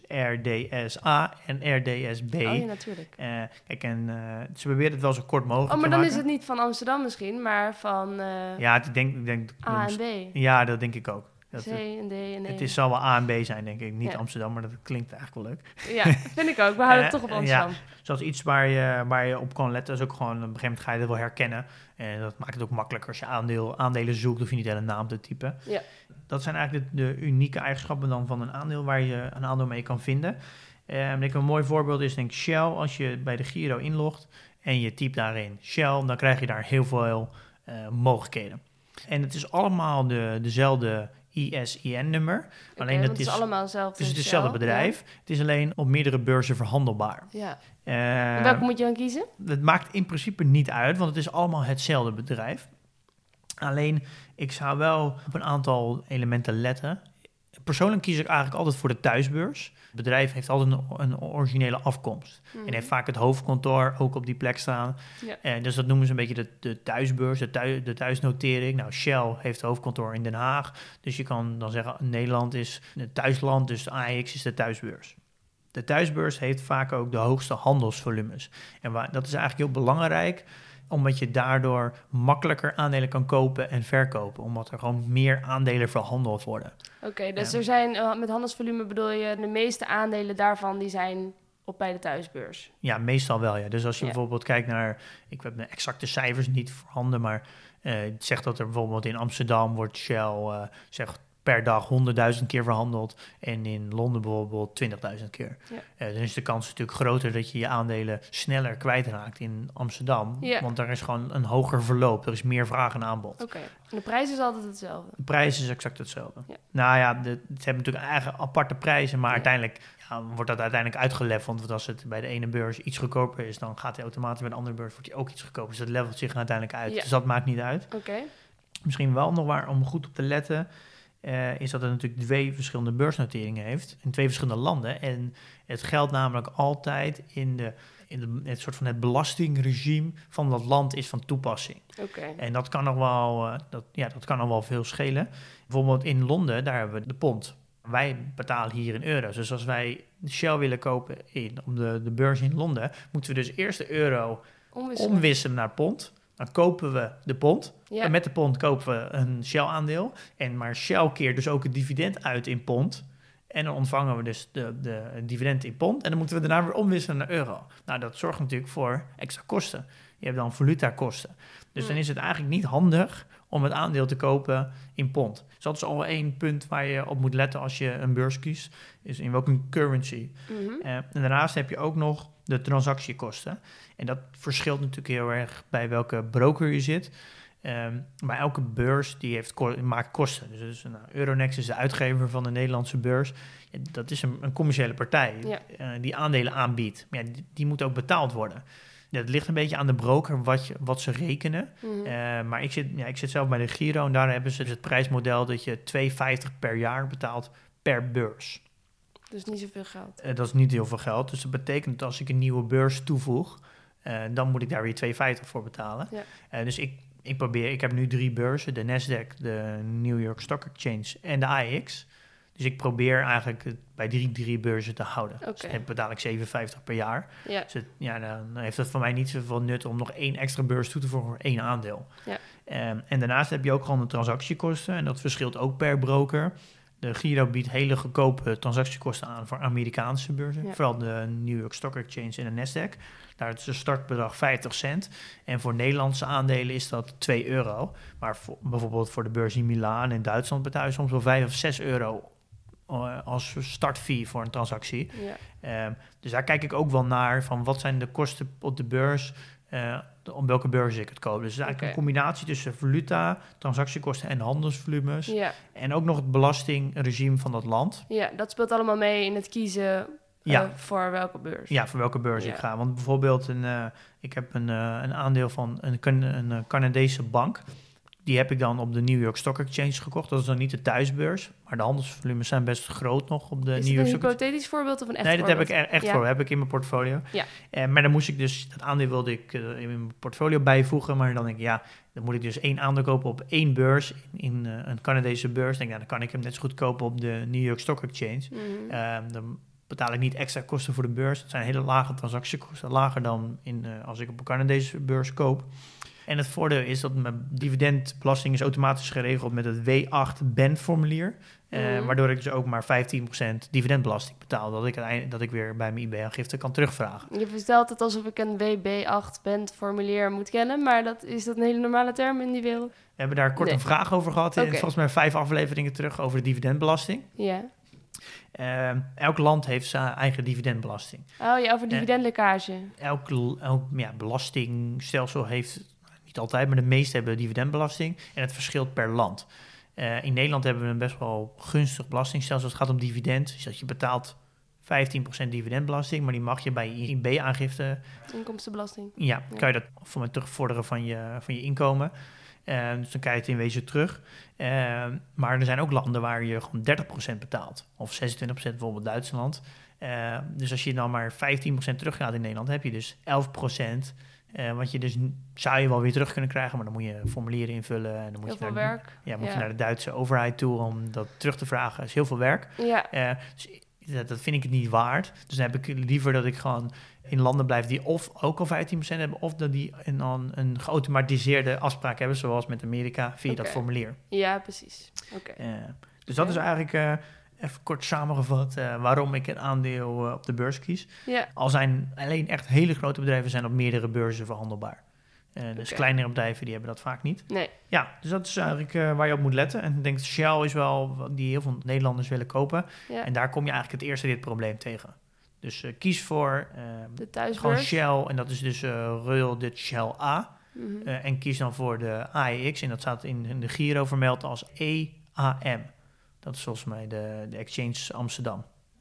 [SPEAKER 3] RDSA en RDSB.
[SPEAKER 2] Oh ja, natuurlijk.
[SPEAKER 3] Kijk, ze proberen het wel zo kort mogelijk te
[SPEAKER 2] maar
[SPEAKER 3] maken.
[SPEAKER 2] dan is het niet van Amsterdam misschien, maar van
[SPEAKER 3] ja, ik denk
[SPEAKER 2] A en B.
[SPEAKER 3] Ja, dat denk ik ook.
[SPEAKER 2] C en D en E.
[SPEAKER 3] Het zal wel A en B zijn, denk ik. Niet Amsterdam, maar dat klinkt eigenlijk wel leuk.
[SPEAKER 2] Ja, vind ik ook. We houden het toch op Amsterdam.
[SPEAKER 3] Zoals iets waar je op kan letten. Dat is ook gewoon, op een gegeven moment ga je dat wel herkennen. En dat maakt het ook makkelijker. Als je aandelen zoekt, hoef je niet hele naam te typen.
[SPEAKER 2] Ja.
[SPEAKER 3] Dat zijn eigenlijk de unieke eigenschappen dan van een aandeel waar je een aandeel mee kan vinden. Denk ik een mooi voorbeeld is denk ik Shell. Als je bij de Giro inlogt en je typt daarin Shell, dan krijg je daar heel veel mogelijkheden. En het is allemaal dezelfde ISIN-nummer. Alleen
[SPEAKER 2] het is allemaal hetzelfde.
[SPEAKER 3] Het is hetzelfde bedrijf. Ja. Het is alleen op meerdere beurzen verhandelbaar.
[SPEAKER 2] Ja. Welke moet je dan kiezen?
[SPEAKER 3] Het maakt in principe niet uit, want het is allemaal hetzelfde bedrijf. Alleen, ik zou wel op een aantal elementen letten. Persoonlijk kies ik eigenlijk altijd voor de thuisbeurs. Het bedrijf heeft altijd een originele afkomst. En heeft vaak het hoofdkantoor ook op die plek staan. Ja. Dus dat noemen ze een beetje de thuisbeurs, de thuisnotering. Nou, Shell heeft het hoofdkantoor in Den Haag. Dus je kan dan zeggen, Nederland is het thuisland, dus de AEX is de thuisbeurs. De thuisbeurs heeft vaak ook de hoogste handelsvolumes. En dat is eigenlijk heel belangrijk, omdat je daardoor makkelijker aandelen kan kopen en verkopen. Omdat er gewoon meer aandelen verhandeld worden.
[SPEAKER 2] Oké, dus er zijn, met handelsvolume bedoel je, de meeste aandelen daarvan die zijn bij de thuisbeurs?
[SPEAKER 3] Ja, meestal wel, ja. Dus als je bijvoorbeeld kijkt naar, ik heb de exacte cijfers niet voorhanden, maar het zegt dat er bijvoorbeeld in Amsterdam wordt Shell, per dag 100.000 keer verhandeld. En in Londen bijvoorbeeld 20.000 keer. Ja. Dan is de kans natuurlijk groter dat je aandelen sneller kwijtraakt in Amsterdam. Ja. Want daar is gewoon een hoger verloop. Er is meer vraag en aanbod.
[SPEAKER 2] Oké. En de prijs is altijd hetzelfde?
[SPEAKER 3] De prijs is exact hetzelfde. Ja. Nou ja, ze hebben natuurlijk eigen aparte prijzen. Maar uiteindelijk wordt dat uiteindelijk uitgeleveld. Want als het bij de ene beurs iets goedkoper is, dan gaat hij automatisch bij de andere beurs wordt hij ook iets goedkoper. Dus dat levelt zich uiteindelijk uit. Ja. Dus dat maakt niet uit.
[SPEAKER 2] Oké.
[SPEAKER 3] Misschien wel nog waar om goed op te letten, is dat het natuurlijk 2 verschillende beursnoteringen heeft in 2 verschillende landen. En het geldt namelijk altijd in het soort van het belastingregime van dat land is van toepassing.
[SPEAKER 2] Okay.
[SPEAKER 3] En dat kan nog wel, dat kan nog wel veel schelen. Bijvoorbeeld in Londen, daar hebben we de pond. Wij betalen hier in euro's. Dus als wij Shell willen kopen op de beurs in Londen, moeten we dus eerst de euro omwisselen naar pond. Dan kopen we de pond. Ja. En met de pond kopen we een Shell-aandeel. Maar Shell keert dus ook het dividend uit in pond. En dan ontvangen we dus de dividend in pond. En dan moeten we daarna weer omwisselen naar euro. Nou, dat zorgt natuurlijk voor extra kosten. Je hebt dan valutakosten. Dus dan is het eigenlijk niet handig om het aandeel te kopen in pond. Dus dat is al 1 punt waar je op moet letten als je een beurs kiest. Is in welke currency. Mm-hmm. En daarnaast heb je ook nog de transactiekosten. En dat verschilt natuurlijk heel erg bij welke broker je zit. Maar elke beurs die maakt kosten. Dus Euronext is de uitgever van de Nederlandse beurs. Ja, dat is een commerciële partij die aandelen aanbiedt. Ja, die moet ook betaald worden. Ja, het ligt een beetje aan de broker wat ze rekenen. Mm-hmm. Maar ik zit zelf bij de Giro en daar hebben ze het prijsmodel dat je 2,50 per jaar betaalt per beurs.
[SPEAKER 2] Dus niet zoveel geld.
[SPEAKER 3] Dat is niet heel veel geld. Dus dat betekent dat als ik een nieuwe beurs toevoeg, dan moet ik daar weer 2,50 voor betalen. Ja. Dus ik heb nu 3 beurzen, de Nasdaq, de New York Stock Exchange en de AEX. Dus ik probeer eigenlijk het bij 3 beurzen te houden. Okay. Dus dan betaal ik $7,50 per jaar. Ja. Dus dan heeft het voor mij niet zoveel nut om nog 1 extra beurs toe te voegen voor 1 aandeel. Ja. En daarnaast heb je ook gewoon de transactiekosten. En dat verschilt ook per broker. De Giro biedt hele goedkope transactiekosten aan voor Amerikaanse beurzen. Ja. Vooral de New York Stock Exchange en de Nasdaq. Daar is de startbedrag 50 cent. En voor Nederlandse aandelen is dat €2. Maar bijvoorbeeld voor de beurs in Milaan in Duitsland betaal je soms wel €5 of €6 als startfee voor een transactie.
[SPEAKER 2] Ja.
[SPEAKER 3] Dus daar kijk ik ook wel naar van wat zijn de kosten op de beurs, op welke beurs ik het koop. Dus het is eigenlijk een combinatie tussen valuta, transactiekosten en handelsvolumes.
[SPEAKER 2] Ja.
[SPEAKER 3] En ook nog het belastingregime van dat land.
[SPEAKER 2] Ja, dat speelt allemaal mee in het kiezen voor welke beurs.
[SPEAKER 3] Ja, voor welke beurs ik ga. Want bijvoorbeeld, ik heb een aandeel van een Canadese bank. Die heb ik dan op de New York Stock Exchange gekocht. Dat is dan niet de thuisbeurs, maar de handelsvolumes zijn best groot nog op de New York Stock Exchange.
[SPEAKER 2] Is het een hypothetisch voorbeeld of een echt
[SPEAKER 3] voorbeeld? Nee, dat heb ik echt voor. Heb ik in mijn portfolio.
[SPEAKER 2] Ja.
[SPEAKER 3] Maar dan moest ik dus, dat aandeel wilde ik in mijn portfolio bijvoegen. Maar dan denk ik, dan moet ik dus 1 aandeel kopen op 1 beurs, in een Canadese beurs. Dan denk ik, dan kan ik hem net zo goed kopen op de New York Stock Exchange.
[SPEAKER 2] Mm-hmm.
[SPEAKER 3] Dan betaal ik niet extra kosten voor de beurs. Dat zijn hele lage transactiekosten, lager dan als ik op een Canadese beurs koop. En het voordeel is dat mijn dividendbelasting is automatisch geregeld met het W8-BEN-formulier. Waardoor ik dus ook maar 15% dividendbelasting betaal. Dat ik weer bij mijn IB-aangifte kan terugvragen.
[SPEAKER 2] Je vertelt het alsof ik een WB8-BEN-formulier moet kennen. Maar is dat een hele normale term in die wereld?
[SPEAKER 3] We hebben daar kort een vraag over gehad. Volgens mij 5 afleveringen terug over de dividendbelasting.
[SPEAKER 2] Ja.
[SPEAKER 3] Elk land heeft zijn eigen dividendbelasting.
[SPEAKER 2] Oh ja, over dividendlekkage.
[SPEAKER 3] Elk belastingstelsel heeft... altijd, maar de meeste hebben dividendbelasting en het verschilt per land. In Nederland hebben we een best wel gunstig belastingstelsel als het gaat om dividend. Dus dat je betaalt 15% dividendbelasting, maar die mag je bij je IB-aangifte...
[SPEAKER 2] Inkomstenbelasting.
[SPEAKER 3] Ja, kan je dat voor mij terugvorderen van je inkomen. Dus dan krijg je het in wezen terug. Maar er zijn ook landen waar je gewoon 30% betaalt. Of 26% bijvoorbeeld Duitsland. Dus als je dan maar 15% teruggaat in Nederland, heb je dus 11%... want zou je wel weer terug kunnen krijgen, maar dan moet je formulieren invullen. En dan moet
[SPEAKER 2] heel veel werk.
[SPEAKER 3] Ja, moet je naar de Duitse overheid toe om dat terug te vragen. Dat is heel veel werk.
[SPEAKER 2] Ja.
[SPEAKER 3] Dus dat vind ik niet waard. Dus dan heb ik liever dat ik gewoon in landen blijf die of ook al 15% hebben, of dat die een geautomatiseerde afspraak hebben, zoals met Amerika, via dat formulier.
[SPEAKER 2] Ja, precies.
[SPEAKER 3] Dus dat is eigenlijk... even kort samengevat waarom ik een aandeel op de beurs kies.
[SPEAKER 2] Ja.
[SPEAKER 3] Al zijn alleen echt hele grote bedrijven zijn op meerdere beurzen verhandelbaar. Dus kleinere bedrijven die hebben dat vaak niet.
[SPEAKER 2] Nee.
[SPEAKER 3] Ja, dus dat is eigenlijk waar je op moet letten. En ik denk dat Shell is wel die heel veel Nederlanders willen kopen. Ja. En daar kom je eigenlijk het eerste dit probleem tegen. Dus kies voor
[SPEAKER 2] de thuisbeurs.
[SPEAKER 3] Gewoon Shell en dat is dus Royal Dutch Shell A.
[SPEAKER 2] Mm-hmm.
[SPEAKER 3] En kies dan voor de AEX en dat staat in de Giro vermeld als EAM. Dat is volgens mij de Exchange Amsterdam.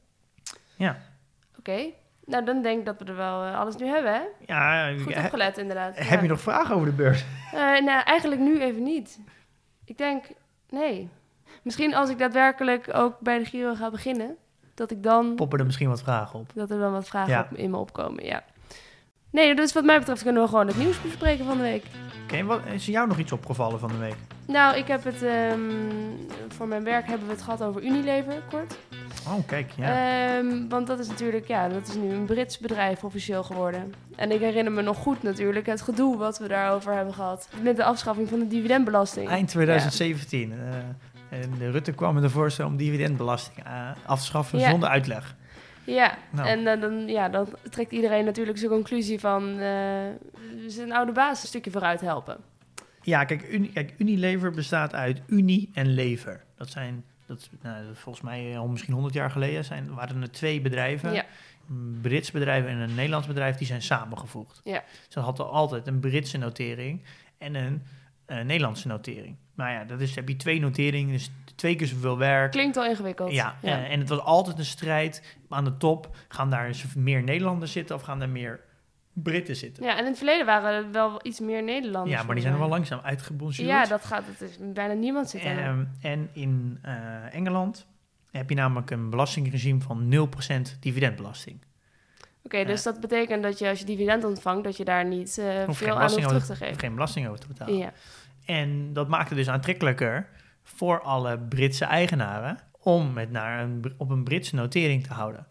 [SPEAKER 3] Ja.
[SPEAKER 2] Oké. Nou, dan denk ik dat we er wel alles nu hebben, hè?
[SPEAKER 3] Ja.
[SPEAKER 2] Goed opgelet, inderdaad.
[SPEAKER 3] Heb je nog vragen over de beurs?
[SPEAKER 2] Nou, eigenlijk nu even niet. Ik denk, nee. Misschien als ik daadwerkelijk ook bij de Giro ga beginnen, dat ik dan...
[SPEAKER 3] Poppen er misschien wat vragen op.
[SPEAKER 2] Dat er dan wat vragen in me opkomen, ja. Nee, dus wat mij betreft kunnen we gewoon het nieuws bespreken van de week.
[SPEAKER 3] Oké, wat is jou nog iets opgevallen van de week?
[SPEAKER 2] Nou, ik heb het... voor mijn werk hebben we het gehad over Unilever, kort.
[SPEAKER 3] Oh, kijk, ja.
[SPEAKER 2] Want dat is natuurlijk... Ja, dat is nu een Brits bedrijf officieel geworden. En ik herinner me nog goed natuurlijk het gedoe wat we daarover hebben gehad. Met de afschaffing van de dividendbelasting.
[SPEAKER 3] Eind 2017. En de Rutte kwam met een voorstel om dividendbelasting af te schaffen zonder uitleg.
[SPEAKER 2] Ja, nou. En dan trekt iedereen natuurlijk zijn conclusie van... zijn oude baas een stukje vooruit helpen.
[SPEAKER 3] Ja, kijk, Unilever bestaat uit Unie en Lever. Dat volgens mij al misschien 100 jaar geleden waren er 2 bedrijven. Ja. Een Brits bedrijf en een Nederlands bedrijf, die zijn samengevoegd. Ja. Dus dat had altijd een Britse notering en een Nederlandse notering. Maar ja, heb je 2 noteringen, dus 2 keer zoveel werk.
[SPEAKER 2] Klinkt al ingewikkeld.
[SPEAKER 3] Ja. En het was altijd een strijd aan de top. Gaan daar meer Nederlanders zitten of gaan er meer Britten zitten?
[SPEAKER 2] Ja, en in het verleden waren er wel iets meer Nederlanders.
[SPEAKER 3] Ja, maar die zijn er wel langzaam uitgebonjourd.
[SPEAKER 2] Ja, het is bijna niemand zit er.
[SPEAKER 3] En in Engeland heb je namelijk een belastingregime van 0% dividendbelasting.
[SPEAKER 2] Oké, dus dat betekent dat je als je dividend ontvangt, dat je daar niet veel aan hoeft terug te geven.
[SPEAKER 3] Geen belasting over te betalen.
[SPEAKER 2] Ja.
[SPEAKER 3] En dat maakt het dus aantrekkelijker voor alle Britse eigenaren om het op een Britse notering te houden.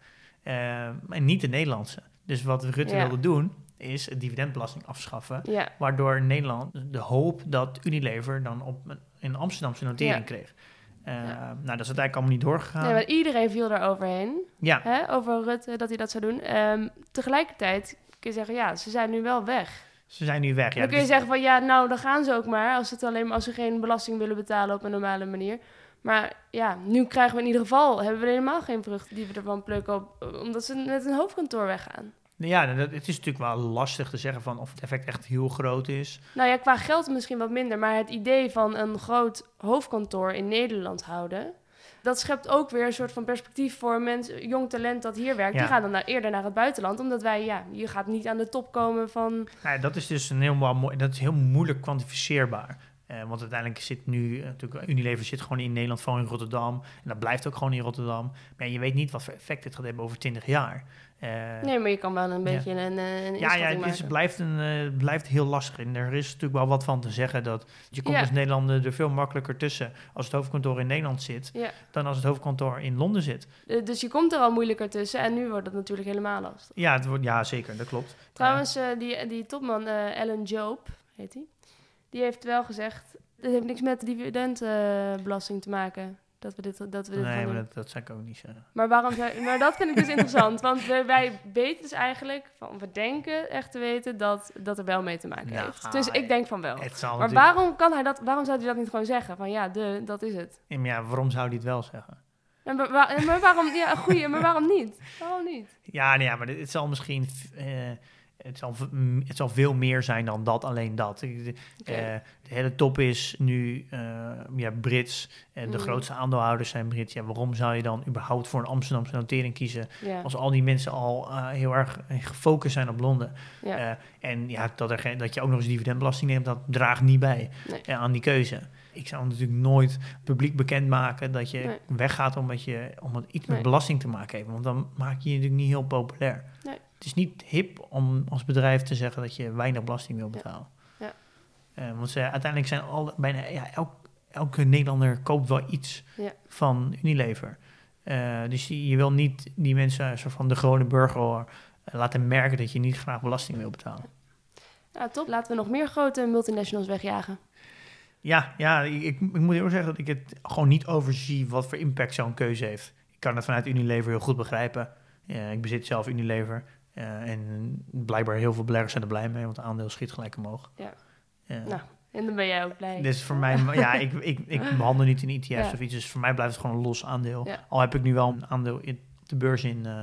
[SPEAKER 3] En niet de Nederlandse. Dus wat Rutte wilde doen, is het dividendbelasting afschaffen. Ja. Waardoor Nederland de hoop dat Unilever dan op een Amsterdamse notering kreeg. Nou, dat is uiteindelijk allemaal niet doorgegaan.
[SPEAKER 2] Nee, maar iedereen viel daar overheen. Ja. Hè, over Rutte, dat hij dat zou doen. Tegelijkertijd kun je zeggen, ze zijn nu wel weg.
[SPEAKER 3] Ze zijn nu weg, ja.
[SPEAKER 2] Dan kun je zeggen van, dan gaan ze ook maar. Als ze geen belasting willen betalen op een normale manier. Maar ja, nu krijgen we in ieder geval, hebben we helemaal geen vruchten die we ervan plukken, omdat ze met een hoofdkantoor weggaan.
[SPEAKER 3] Ja, het is natuurlijk wel lastig te zeggen van of het effect echt heel groot is.
[SPEAKER 2] Nou ja, qua geld misschien wat minder, maar het idee van een groot hoofdkantoor in Nederland houden, dat schept ook weer een soort van perspectief voor mensen, jong talent dat hier werkt. Ja. Die gaan dan eerder naar het buitenland, omdat je gaat niet aan de top komen van...
[SPEAKER 3] Ja, dat is dus dat is heel moeilijk kwantificeerbaar. Want uiteindelijk zit nu, natuurlijk Unilever zit gewoon in Nederland, vooral in Rotterdam. En dat blijft ook gewoon in Rotterdam. Maar je weet niet wat voor effect dit gaat hebben over 20 jaar.
[SPEAKER 2] Nee, maar je kan wel een beetje een inschatting maken.
[SPEAKER 3] Het blijft heel lastig. En er is natuurlijk wel wat van te zeggen dat je komt als Nederlander er veel makkelijker tussen als het hoofdkantoor in Nederland zit, dan als het hoofdkantoor in Londen zit.
[SPEAKER 2] Dus je komt er al moeilijker tussen en nu wordt het natuurlijk helemaal lastig.
[SPEAKER 3] Ja, zeker, dat klopt.
[SPEAKER 2] Trouwens, die topman, Alan Jope, heet hij, die heeft wel gezegd, dit heeft niks met de dividendbelasting te maken. Dat we dit
[SPEAKER 3] nee, maar dat zou ik ook niet zeggen.
[SPEAKER 2] Maar maar dat vind ik dus interessant. Want wij weten dus eigenlijk, we denken echt te weten dat er wel mee te maken heeft. Dus ik denk van wel. Maar waarom zou hij dat niet gewoon zeggen? Van dat is het.
[SPEAKER 3] Ja, maar waarom zou hij het wel zeggen?
[SPEAKER 2] Maar waarom? Ja, goeie, maar waarom niet? Waarom niet?
[SPEAKER 3] Ja, maar het zal misschien... Het zal veel meer zijn dan alleen dat. De hele top is nu Brits. De grootste aandeelhouders zijn Brits. Ja, waarom zou je dan überhaupt voor een Amsterdamse notering kiezen? Ja. Als al die mensen al heel erg gefocust zijn op Londen. Ja. Dat je ook nog eens dividendbelasting neemt, dat draagt niet bij aan die keuze. Ik zou natuurlijk nooit publiek bekendmaken dat je weggaat omdat het iets met belasting te maken heeft. Want dan maak je natuurlijk niet heel populair. Nee. Het is niet hip om als bedrijf te zeggen dat je weinig belasting wil betalen. Ja. Want uiteindelijk zijn bijna elke Nederlander koopt wel iets van Unilever. Dus je wil niet die mensen soort van de gewone burger laten merken dat je niet graag belasting wil betalen.
[SPEAKER 2] Ja, top. Laten we nog meer grote multinationals wegjagen.
[SPEAKER 3] Ja, ik moet heel zeggen dat ik het gewoon niet overzie wat voor impact zo'n keuze heeft. Ik kan het vanuit Unilever heel goed begrijpen. Ik bezit zelf Unilever. En blijkbaar heel veel beleggers zijn er blij mee, want het aandeel schiet gelijk omhoog.
[SPEAKER 2] Ja. En dan ben jij ook blij.
[SPEAKER 3] Dus voor mij, ik behandel niet in ETF's of iets, dus voor mij blijft het gewoon een los aandeel. Ja. Al heb ik nu wel een aandeel in de beurs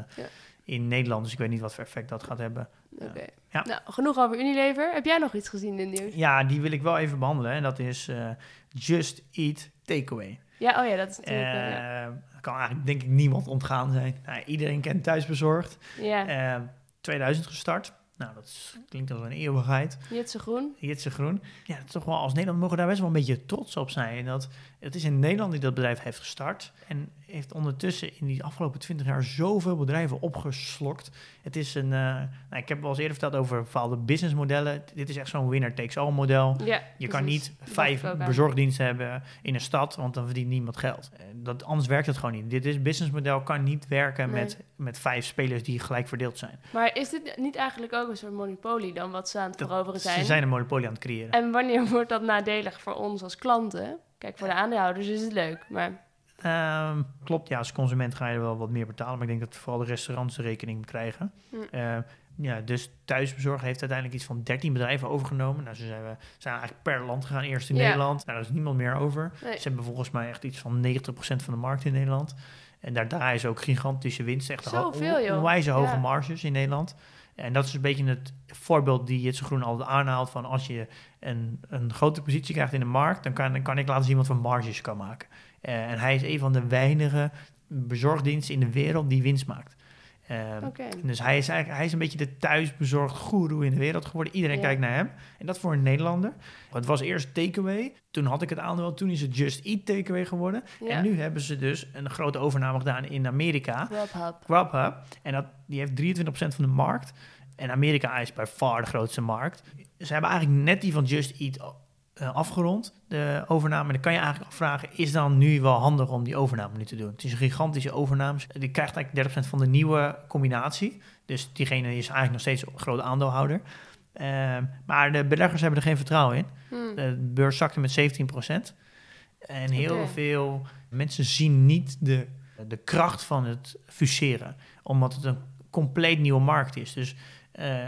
[SPEAKER 3] in Nederland, dus ik weet niet wat voor effect dat gaat hebben.
[SPEAKER 2] Oké. Ja. Nou, genoeg over Unilever. Heb jij nog iets gezien in het nieuws?
[SPEAKER 3] Ja, die wil ik wel even behandelen. En dat is Just Eat Takeaway.
[SPEAKER 2] Ja, dat is natuurlijk...
[SPEAKER 3] Dat kan eigenlijk denk ik niemand ontgaan zijn. Iedereen kent Thuisbezorgd. Ja. 2000 gestart. Nou, dat klinkt als een eeuwigheid.
[SPEAKER 2] Jitse Groen.
[SPEAKER 3] Ja, dat is toch wel, als Nederland mogen we daar best wel een beetje trots op zijn. Het is in Nederland die dat bedrijf heeft gestart. En heeft ondertussen in die afgelopen 20 jaar zoveel bedrijven opgeslokt. Het is ik heb wel eens eerder verteld over bepaalde businessmodellen. Dit is echt zo'n winner-takes-all model. Ja, je kan niet 5 bezorgdiensten hebben in een stad, want dan verdient niemand geld. Anders werkt het gewoon niet. Dit businessmodel kan niet werken met 5 spelers die gelijk verdeeld zijn.
[SPEAKER 2] Maar is dit niet eigenlijk ook een soort monopolie dan wat ze aan het veroveren zijn?
[SPEAKER 3] Ze zijn een monopolie aan het creëren.
[SPEAKER 2] En wanneer wordt dat nadelig voor ons als klanten? Kijk, voor de aandeelhouders is het leuk, maar...
[SPEAKER 3] Klopt, als consument ga je wel wat meer betalen. Maar ik denk dat vooral de restaurants de rekening krijgen. Dus Thuisbezorgd heeft uiteindelijk iets van 13 bedrijven overgenomen. Nou, ze zijn eigenlijk per land gegaan. Eerst in Nederland. Nou, daar is niemand meer over. Nee. Ze hebben volgens mij echt iets van 90% van de markt in Nederland. En daar draaien ze ook gigantische winst. Echt onwijs hoge marges in Nederland. En dat is een beetje het voorbeeld die Jitse Groen altijd aanhaalt. Van als je een grote positie krijgt in de markt, dan kan ik laten zien wat voor marges kan maken. En hij is een van de weinige bezorgdiensten in de wereld die winst maakt. Dus hij is een beetje de thuisbezorgd goeroe in de wereld geworden. Iedereen kijkt naar hem. En dat voor een Nederlander. Het was eerst Takeaway. Toen had ik het aandeel. Toen is het Just Eat Takeaway geworden. Ja. En nu hebben ze dus een grote overname gedaan in Amerika. Grubhub. En die heeft 23% van de markt. En Amerika is bij far de grootste markt. Ze hebben eigenlijk net die van Just Eat afgerond, de overname. En dan kan je eigenlijk afvragen, is dan nu wel handig om die overname nu te doen? Het is een gigantische overname. Die krijgt eigenlijk 30% van de nieuwe combinatie. Dus diegene is eigenlijk nog steeds een grote aandeelhouder. Maar de beleggers hebben er geen vertrouwen in. De beurs zakte met 17%. En heel veel mensen zien niet de kracht van het fuseren. Omdat het een compleet nieuwe markt is. Dus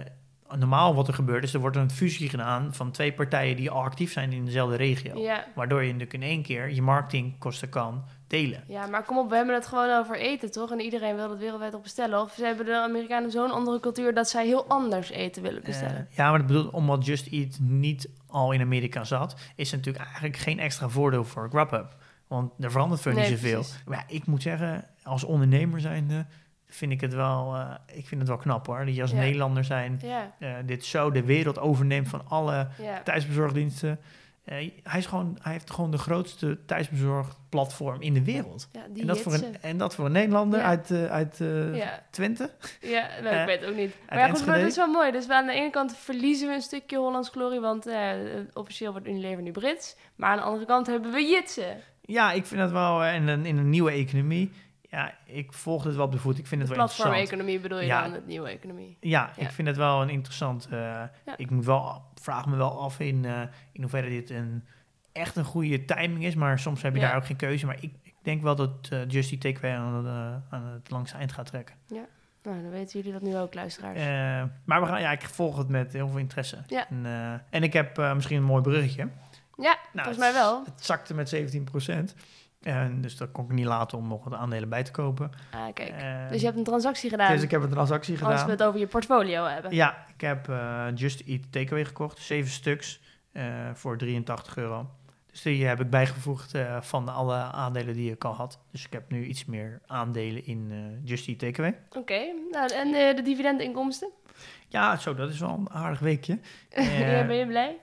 [SPEAKER 3] normaal wat er gebeurt is, er wordt een fusie gedaan van 2 partijen die al actief zijn in dezelfde regio.
[SPEAKER 2] Ja.
[SPEAKER 3] Waardoor je natuurlijk in 1 keer je marketingkosten kan delen.
[SPEAKER 2] Ja, maar kom op, we hebben het gewoon over eten, toch? En iedereen wil het wereldwijd op bestellen. Of ze hebben de Amerikanen zo'n andere cultuur dat zij heel anders eten willen bestellen.
[SPEAKER 3] Ja, maar dat bedoelt, omdat Just Eat niet al in Amerika zat, is er natuurlijk eigenlijk geen extra voordeel voor Grubhub. Want er verandert veel niet zoveel.
[SPEAKER 2] Precies.
[SPEAKER 3] Maar ja, ik moet zeggen, als ondernemer zijnde, vind ik het wel, ik vind het wel knap hoor. Dat je als Nederlander zijn, dit zo de wereld overneemt van alle thuisbezorgdiensten. Hij heeft gewoon de grootste thuisbezorgplatform in de wereld.
[SPEAKER 2] Ja,
[SPEAKER 3] en dat voor een Nederlander uit Twente.
[SPEAKER 2] Ja, nou, ik weet het ook niet. Maar ja, goed, maar het is wel mooi. Dus aan de ene kant verliezen we een stukje Hollands glorie, want officieel wordt Unilever nu Brits. Maar aan de andere kant hebben we Jitsen.
[SPEAKER 3] Ja, ik vind dat wel, in een nieuwe economie. Ja, ik volg het wel op de voet. Ik vind het wel interessant.
[SPEAKER 2] Platformeconomie bedoel je dan, het nieuwe economie?
[SPEAKER 3] Ja, ik vind het wel een interessant... Ik vraag me wel af in hoeverre dit echt een goede timing is. Maar soms heb je daar ook geen keuze. Maar ik denk wel dat Just Eat Takeaway aan het langste eind gaat trekken. Ja,
[SPEAKER 2] nou, dan weten jullie dat nu ook, luisteraars.
[SPEAKER 3] Maar ik volg het met heel veel interesse.
[SPEAKER 2] Ja.
[SPEAKER 3] En ik heb misschien een mooi bruggetje.
[SPEAKER 2] Ja, volgens mij wel.
[SPEAKER 3] Het zakte met 17%. Dus dat kon ik niet laten om nog wat aandelen bij te kopen.
[SPEAKER 2] Ah, kijk. Dus je hebt een transactie gedaan.
[SPEAKER 3] Dus ik heb een transactie gedaan.
[SPEAKER 2] Als we het over je portfolio hebben.
[SPEAKER 3] Ja, ik heb Just Eat Takeaway gekocht. 7 stuks voor €83. Dus die heb ik bijgevoegd van alle aandelen die ik al had. Dus ik heb nu iets meer aandelen in Just Eat Takeaway.
[SPEAKER 2] Oké. Nou, en de dividendinkomsten?
[SPEAKER 3] Ja, dat is wel een aardig weekje.
[SPEAKER 2] Ben je blij?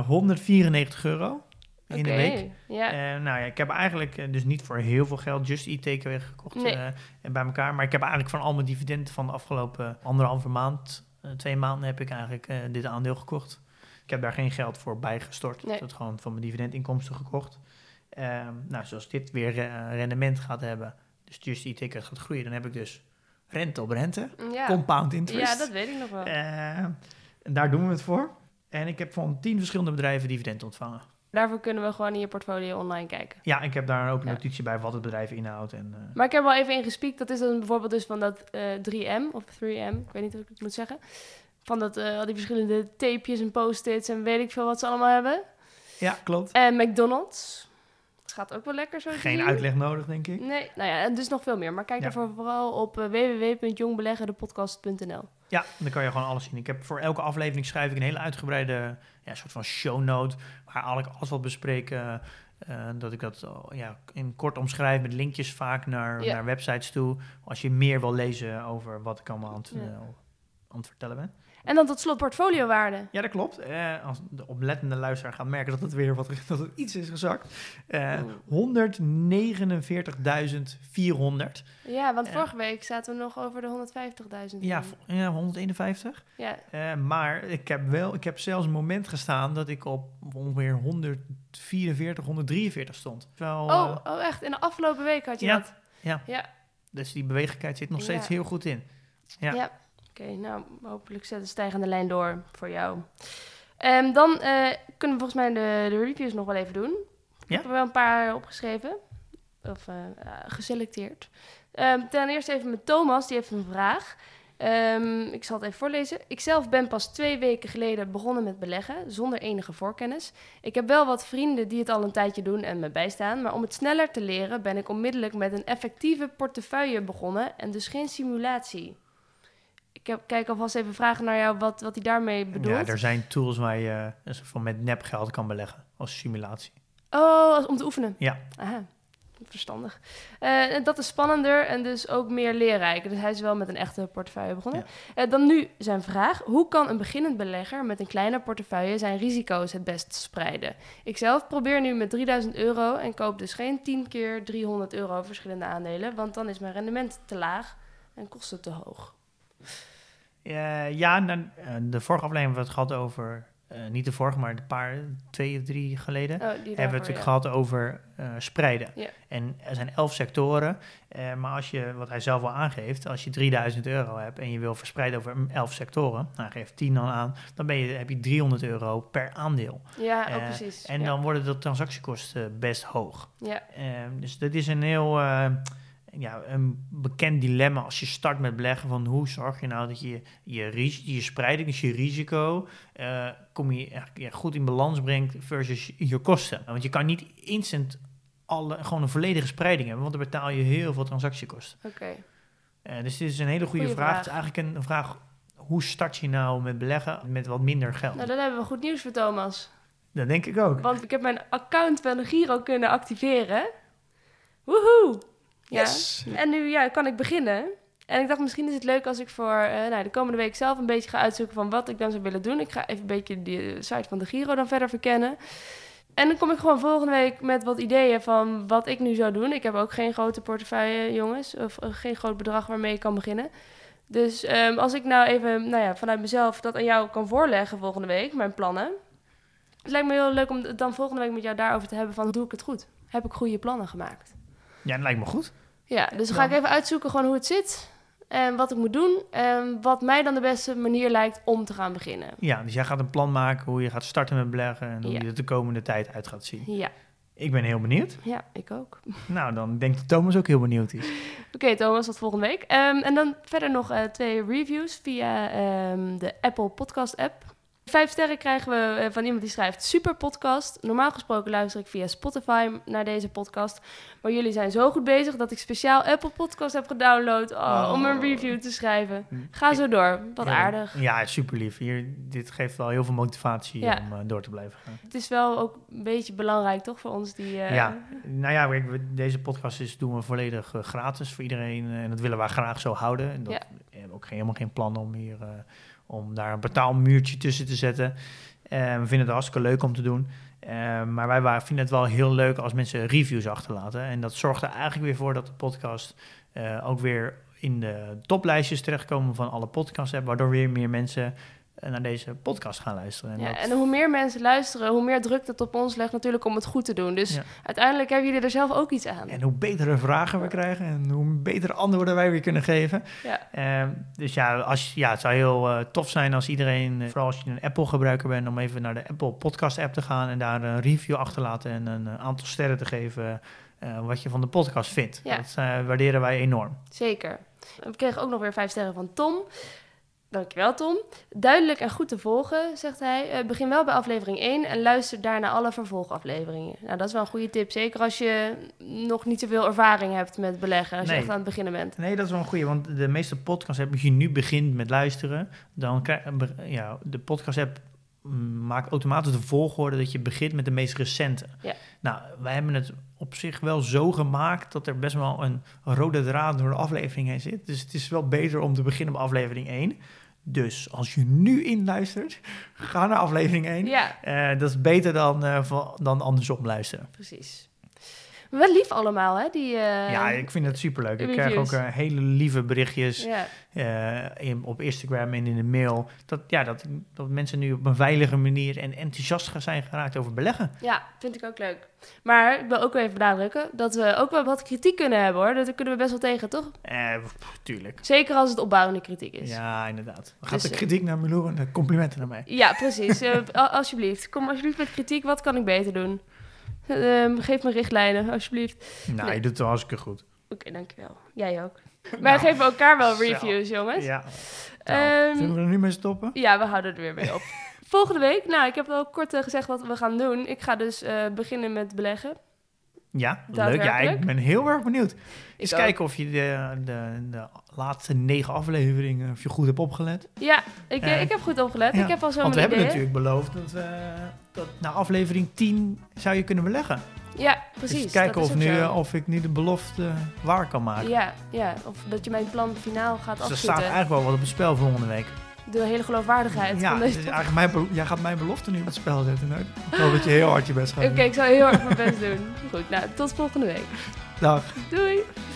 [SPEAKER 3] €194. In de week.
[SPEAKER 2] Ja.
[SPEAKER 3] Ik heb eigenlijk dus niet voor heel veel geld Just Eat Takeaway gekocht bij elkaar. Maar ik heb eigenlijk van al mijn dividenden van de afgelopen 1,5 maand, 2 maanden heb ik eigenlijk dit aandeel gekocht. Ik heb daar geen geld voor bijgestort. Ik heb het gewoon van mijn dividendinkomsten gekocht. Zoals dit weer rendement gaat hebben, dus Just Eat Takeaway gaat groeien, dan heb ik dus rente op rente. Ja. Compound interest.
[SPEAKER 2] Ja, dat weet ik nog wel.
[SPEAKER 3] En daar doen we het voor. En ik heb van 10 verschillende bedrijven dividend ontvangen.
[SPEAKER 2] Daarvoor kunnen we gewoon in je portfolio online kijken.
[SPEAKER 3] Ja, ik heb daar ook een notitie bij wat het bedrijf inhoudt.
[SPEAKER 2] Maar ik heb wel even ingespiekt. Dat is dan bijvoorbeeld dus van dat 3M of 3M. Ik weet niet hoe ik het moet zeggen. Van dat al die verschillende tapejes en post-its en weet ik veel wat ze allemaal hebben.
[SPEAKER 3] Ja, klopt.
[SPEAKER 2] En McDonald's. Het gaat ook wel lekker zo te
[SPEAKER 3] Geen
[SPEAKER 2] zien.
[SPEAKER 3] uitleg nodig, denk ik.
[SPEAKER 2] Nee, en dus nog veel meer. Maar kijk daarvoor vooral op www.jongbeleggendepodcast.nl.
[SPEAKER 3] Ja, dan kan je gewoon alles zien. Ik heb voor elke aflevering schrijf ik een hele uitgebreide soort van shownote, waar eigenlijk alles wat bespreken, dat ik dat in kort omschrijf met linkjes vaak naar websites toe, als je meer wil lezen over wat ik allemaal aan het vertellen ben.
[SPEAKER 2] En dan tot slot portfoliowaarde.
[SPEAKER 3] Ja, dat klopt. Als de oplettende luisteraar gaat merken dat het weer dat het iets is gezakt. 149.400.
[SPEAKER 2] Ja, want vorige week zaten we nog over de 150.000.
[SPEAKER 3] Ja, 151.
[SPEAKER 2] Ja.
[SPEAKER 3] Maar ik heb zelfs een moment gestaan dat ik op ongeveer 144, 143 stond.
[SPEAKER 2] Echt? In de afgelopen week had je dat?
[SPEAKER 3] Ja. Dus die bewegelijkheid zit nog steeds heel goed in. Ja.
[SPEAKER 2] Oké, nou, hopelijk zet een stijgende lijn door voor jou. Dan kunnen we volgens mij de reviews nog wel even doen. Ik heb er wel een paar opgeschreven. Of geselecteerd. Ten eerste even met Thomas, die heeft een vraag. Ik zal het even voorlezen. Ikzelf ben pas 2 weken geleden begonnen met beleggen, zonder enige voorkennis. Ik heb wel wat vrienden die het al een tijdje doen en me bijstaan. Maar om het sneller te leren ben ik onmiddellijk met een effectieve portefeuille begonnen en dus geen simulatie. Kijk alvast even vragen naar jou wat hij daarmee bedoelt.
[SPEAKER 3] Ja, er zijn tools waar je met nepgeld kan beleggen als simulatie.
[SPEAKER 2] Oh, om te oefenen?
[SPEAKER 3] Ja.
[SPEAKER 2] Aha, verstandig. Dat is spannender en dus ook meer leerrijk. Dus hij is wel met een echte portefeuille begonnen. Ja. Dan nu zijn vraag. Hoe kan een beginnend belegger met een kleine portefeuille zijn risico's het best spreiden? Ikzelf probeer nu met €3000 en koop dus geen 10 keer €300 verschillende aandelen, want dan is mijn rendement te laag en kosten te hoog.
[SPEAKER 3] De vorige aflevering hebben we het gehad over, niet de vorige, maar 2 of 3 geleden, hebben we het natuurlijk gehad over spreiden. Ja. En er zijn 11 sectoren, maar als je, wat hij zelf al aangeeft, als je €3000 hebt en je wil verspreiden over 11 sectoren, nou geef 10 dan aan, dan heb je €300 per aandeel.
[SPEAKER 2] Ja, precies.
[SPEAKER 3] En dan worden de transactiekosten best hoog.
[SPEAKER 2] Ja.
[SPEAKER 3] Dus dat is een heel... een bekend dilemma als je start met beleggen van hoe zorg je nou dat je spreiding, dus je risico, goed in balans brengt versus je kosten. Want je kan niet instant gewoon een volledige spreiding hebben, want dan betaal je heel veel transactiekosten.
[SPEAKER 2] Oké.
[SPEAKER 3] Dus dit is een hele goede vraag. Het is eigenlijk een vraag, hoe start je nou met beleggen met wat minder geld?
[SPEAKER 2] Nou, dan hebben we goed nieuws voor Thomas.
[SPEAKER 3] Dat denk ik ook.
[SPEAKER 2] Want ik heb mijn account van de Giro kunnen activeren. Woehoe! Ja.
[SPEAKER 1] Yes.
[SPEAKER 2] En nu kan ik beginnen. En ik dacht, misschien is het leuk als ik voor de komende week zelf een beetje ga uitzoeken van wat ik dan zou willen doen. Ik ga even een beetje de site van de Giro dan verder verkennen. En dan kom ik gewoon volgende week met wat ideeën van wat ik nu zou doen. Ik heb ook geen grote portefeuille, jongens. Of geen groot bedrag waarmee ik kan beginnen. Dus als ik nou even vanuit mezelf dat aan jou kan voorleggen volgende week, mijn plannen. Het lijkt me heel leuk om het dan volgende week met jou daarover te hebben van, hoe doe ik het goed? Heb ik goede plannen gemaakt?
[SPEAKER 3] Ja, dat lijkt me goed.
[SPEAKER 2] Ja, dus dan ga ik even uitzoeken gewoon hoe het zit. En wat ik moet doen. En wat mij dan de beste manier lijkt om te gaan beginnen.
[SPEAKER 3] Ja, dus jij gaat een plan maken hoe je gaat starten met beleggen en hoe je het de komende tijd uit gaat zien.
[SPEAKER 2] Ja.
[SPEAKER 3] Ik ben heel benieuwd.
[SPEAKER 2] Ja, ik ook.
[SPEAKER 3] Nou, dan denk ik dat Thomas ook heel benieuwd is.
[SPEAKER 2] Oké, Thomas, tot volgende week. En dan verder nog 2 reviews via de Apple Podcast app. 5 sterren krijgen we van iemand die schrijft: super podcast. Normaal gesproken luister ik via Spotify naar deze podcast. Maar jullie zijn zo goed bezig dat ik speciaal Apple Podcast heb gedownload om een review te schrijven. Ga zo door. Wat aardig.
[SPEAKER 3] Ja, super lief. Dit geeft wel heel veel motivatie om door te blijven gaan.
[SPEAKER 2] Het is wel ook een beetje belangrijk, toch, voor ons die...
[SPEAKER 3] Deze podcast doen we volledig gratis voor iedereen. En dat willen wij graag zo houden. En we hebben ook helemaal geen plan om hier... om daar een betaalmuurtje tussen te zetten. We vinden het hartstikke leuk om te doen. Maar wij vinden het wel heel leuk als mensen reviews achterlaten. En dat zorgt er eigenlijk weer voor dat de podcast ook weer in de toplijstjes terechtkomen van alle podcasts hebben, waardoor weer meer mensen naar deze podcast gaan luisteren.
[SPEAKER 2] En hoe meer mensen luisteren, hoe meer druk dat op ons legt natuurlijk om het goed te doen. Dus uiteindelijk hebben jullie er zelf ook iets aan.
[SPEAKER 3] En hoe betere vragen we krijgen en hoe betere antwoorden wij weer kunnen geven. Ja. Dus het zou heel tof zijn als iedereen, vooral als je een Apple-gebruiker bent, om even naar de Apple Podcast-app te gaan en daar een review achter te laten en een aantal sterren te geven wat je van de podcast vindt. Ja. Dat waarderen wij enorm.
[SPEAKER 2] Zeker. We kregen ook nog weer 5 sterren van Tom. Dankjewel, Tom. Duidelijk en goed te volgen, zegt hij. Begin wel bij aflevering 1 en luister daarna alle vervolgafleveringen. Nou, dat is wel een goede tip. Zeker als je nog niet zoveel ervaring hebt met beleggen. Als je echt aan het beginnen bent. Nee,
[SPEAKER 3] dat is wel een goede. Want de meeste podcast-app, als je nu begint met luisteren, dan de podcast-app maakt automatisch de volgorde dat je begint met de meest recente. Ja. Nou, wij hebben het op zich wel zo gemaakt dat er best wel een rode draad door de aflevering heen zit. Dus het is wel beter om te beginnen op aflevering 1. Dus als je nu inluistert, ga naar aflevering 1. Ja. Dat is beter dan andersom luisteren.
[SPEAKER 2] Precies. Wel lief allemaal, hè?
[SPEAKER 3] Ja, ik vind het superleuk. Ik krijg ook hele lieve berichtjes op Instagram en in de mail. Dat mensen nu op een veilige manier en enthousiast zijn geraakt over beleggen. Ja,
[SPEAKER 2] vind ik ook leuk. Maar ik wil ook even benadrukken dat we ook wel wat kritiek kunnen hebben, hoor. Dat kunnen we best wel tegen, toch?
[SPEAKER 3] Tuurlijk.
[SPEAKER 2] Zeker als het opbouwende kritiek is.
[SPEAKER 3] Ja, inderdaad. Dan gaat de kritiek naar Milou en de complimenten naar mij.
[SPEAKER 2] Ja, precies. Alsjeblieft. Kom alsjeblieft met kritiek. Wat kan ik beter doen? Geef me richtlijnen, alsjeblieft.
[SPEAKER 3] Nou, je doet het wel hartstikke goed.
[SPEAKER 2] Oké, dankjewel. Jij ook. Wij geven elkaar wel reviews, jongens. Ja.
[SPEAKER 3] Zullen we er nu mee stoppen?
[SPEAKER 2] Ja, we houden er weer mee op. Volgende week, ik heb al kort gezegd wat we gaan doen. Ik ga dus beginnen met beleggen.
[SPEAKER 3] Ja, leuk. Ja, ik ben heel erg benieuwd. Eens kijken of je de laatste 9 afleveringen of je goed hebt opgelet. Ja,
[SPEAKER 2] ik heb goed opgelet. Ja. Ik heb al zo'n idee.
[SPEAKER 3] Want we hebben natuurlijk beloofd dat na aflevering 10 zou je kunnen beleggen.
[SPEAKER 2] Ja, precies.
[SPEAKER 3] Dus kijken of ik nu de belofte waar kan maken.
[SPEAKER 2] Ja, of dat je mijn plan finaal gaat afschieten.
[SPEAKER 3] Er staat eigenlijk wel wat op het spel volgende week.
[SPEAKER 2] De hele geloofwaardigheid van deze
[SPEAKER 3] eigenlijk jij gaat mijn belofte nu op het spel zetten. Nee? Ik hoop dat je heel hard je best gaat doen.
[SPEAKER 2] Oké, ik zal heel erg mijn best doen. Goed, tot volgende week.
[SPEAKER 3] Dag.
[SPEAKER 2] Doei.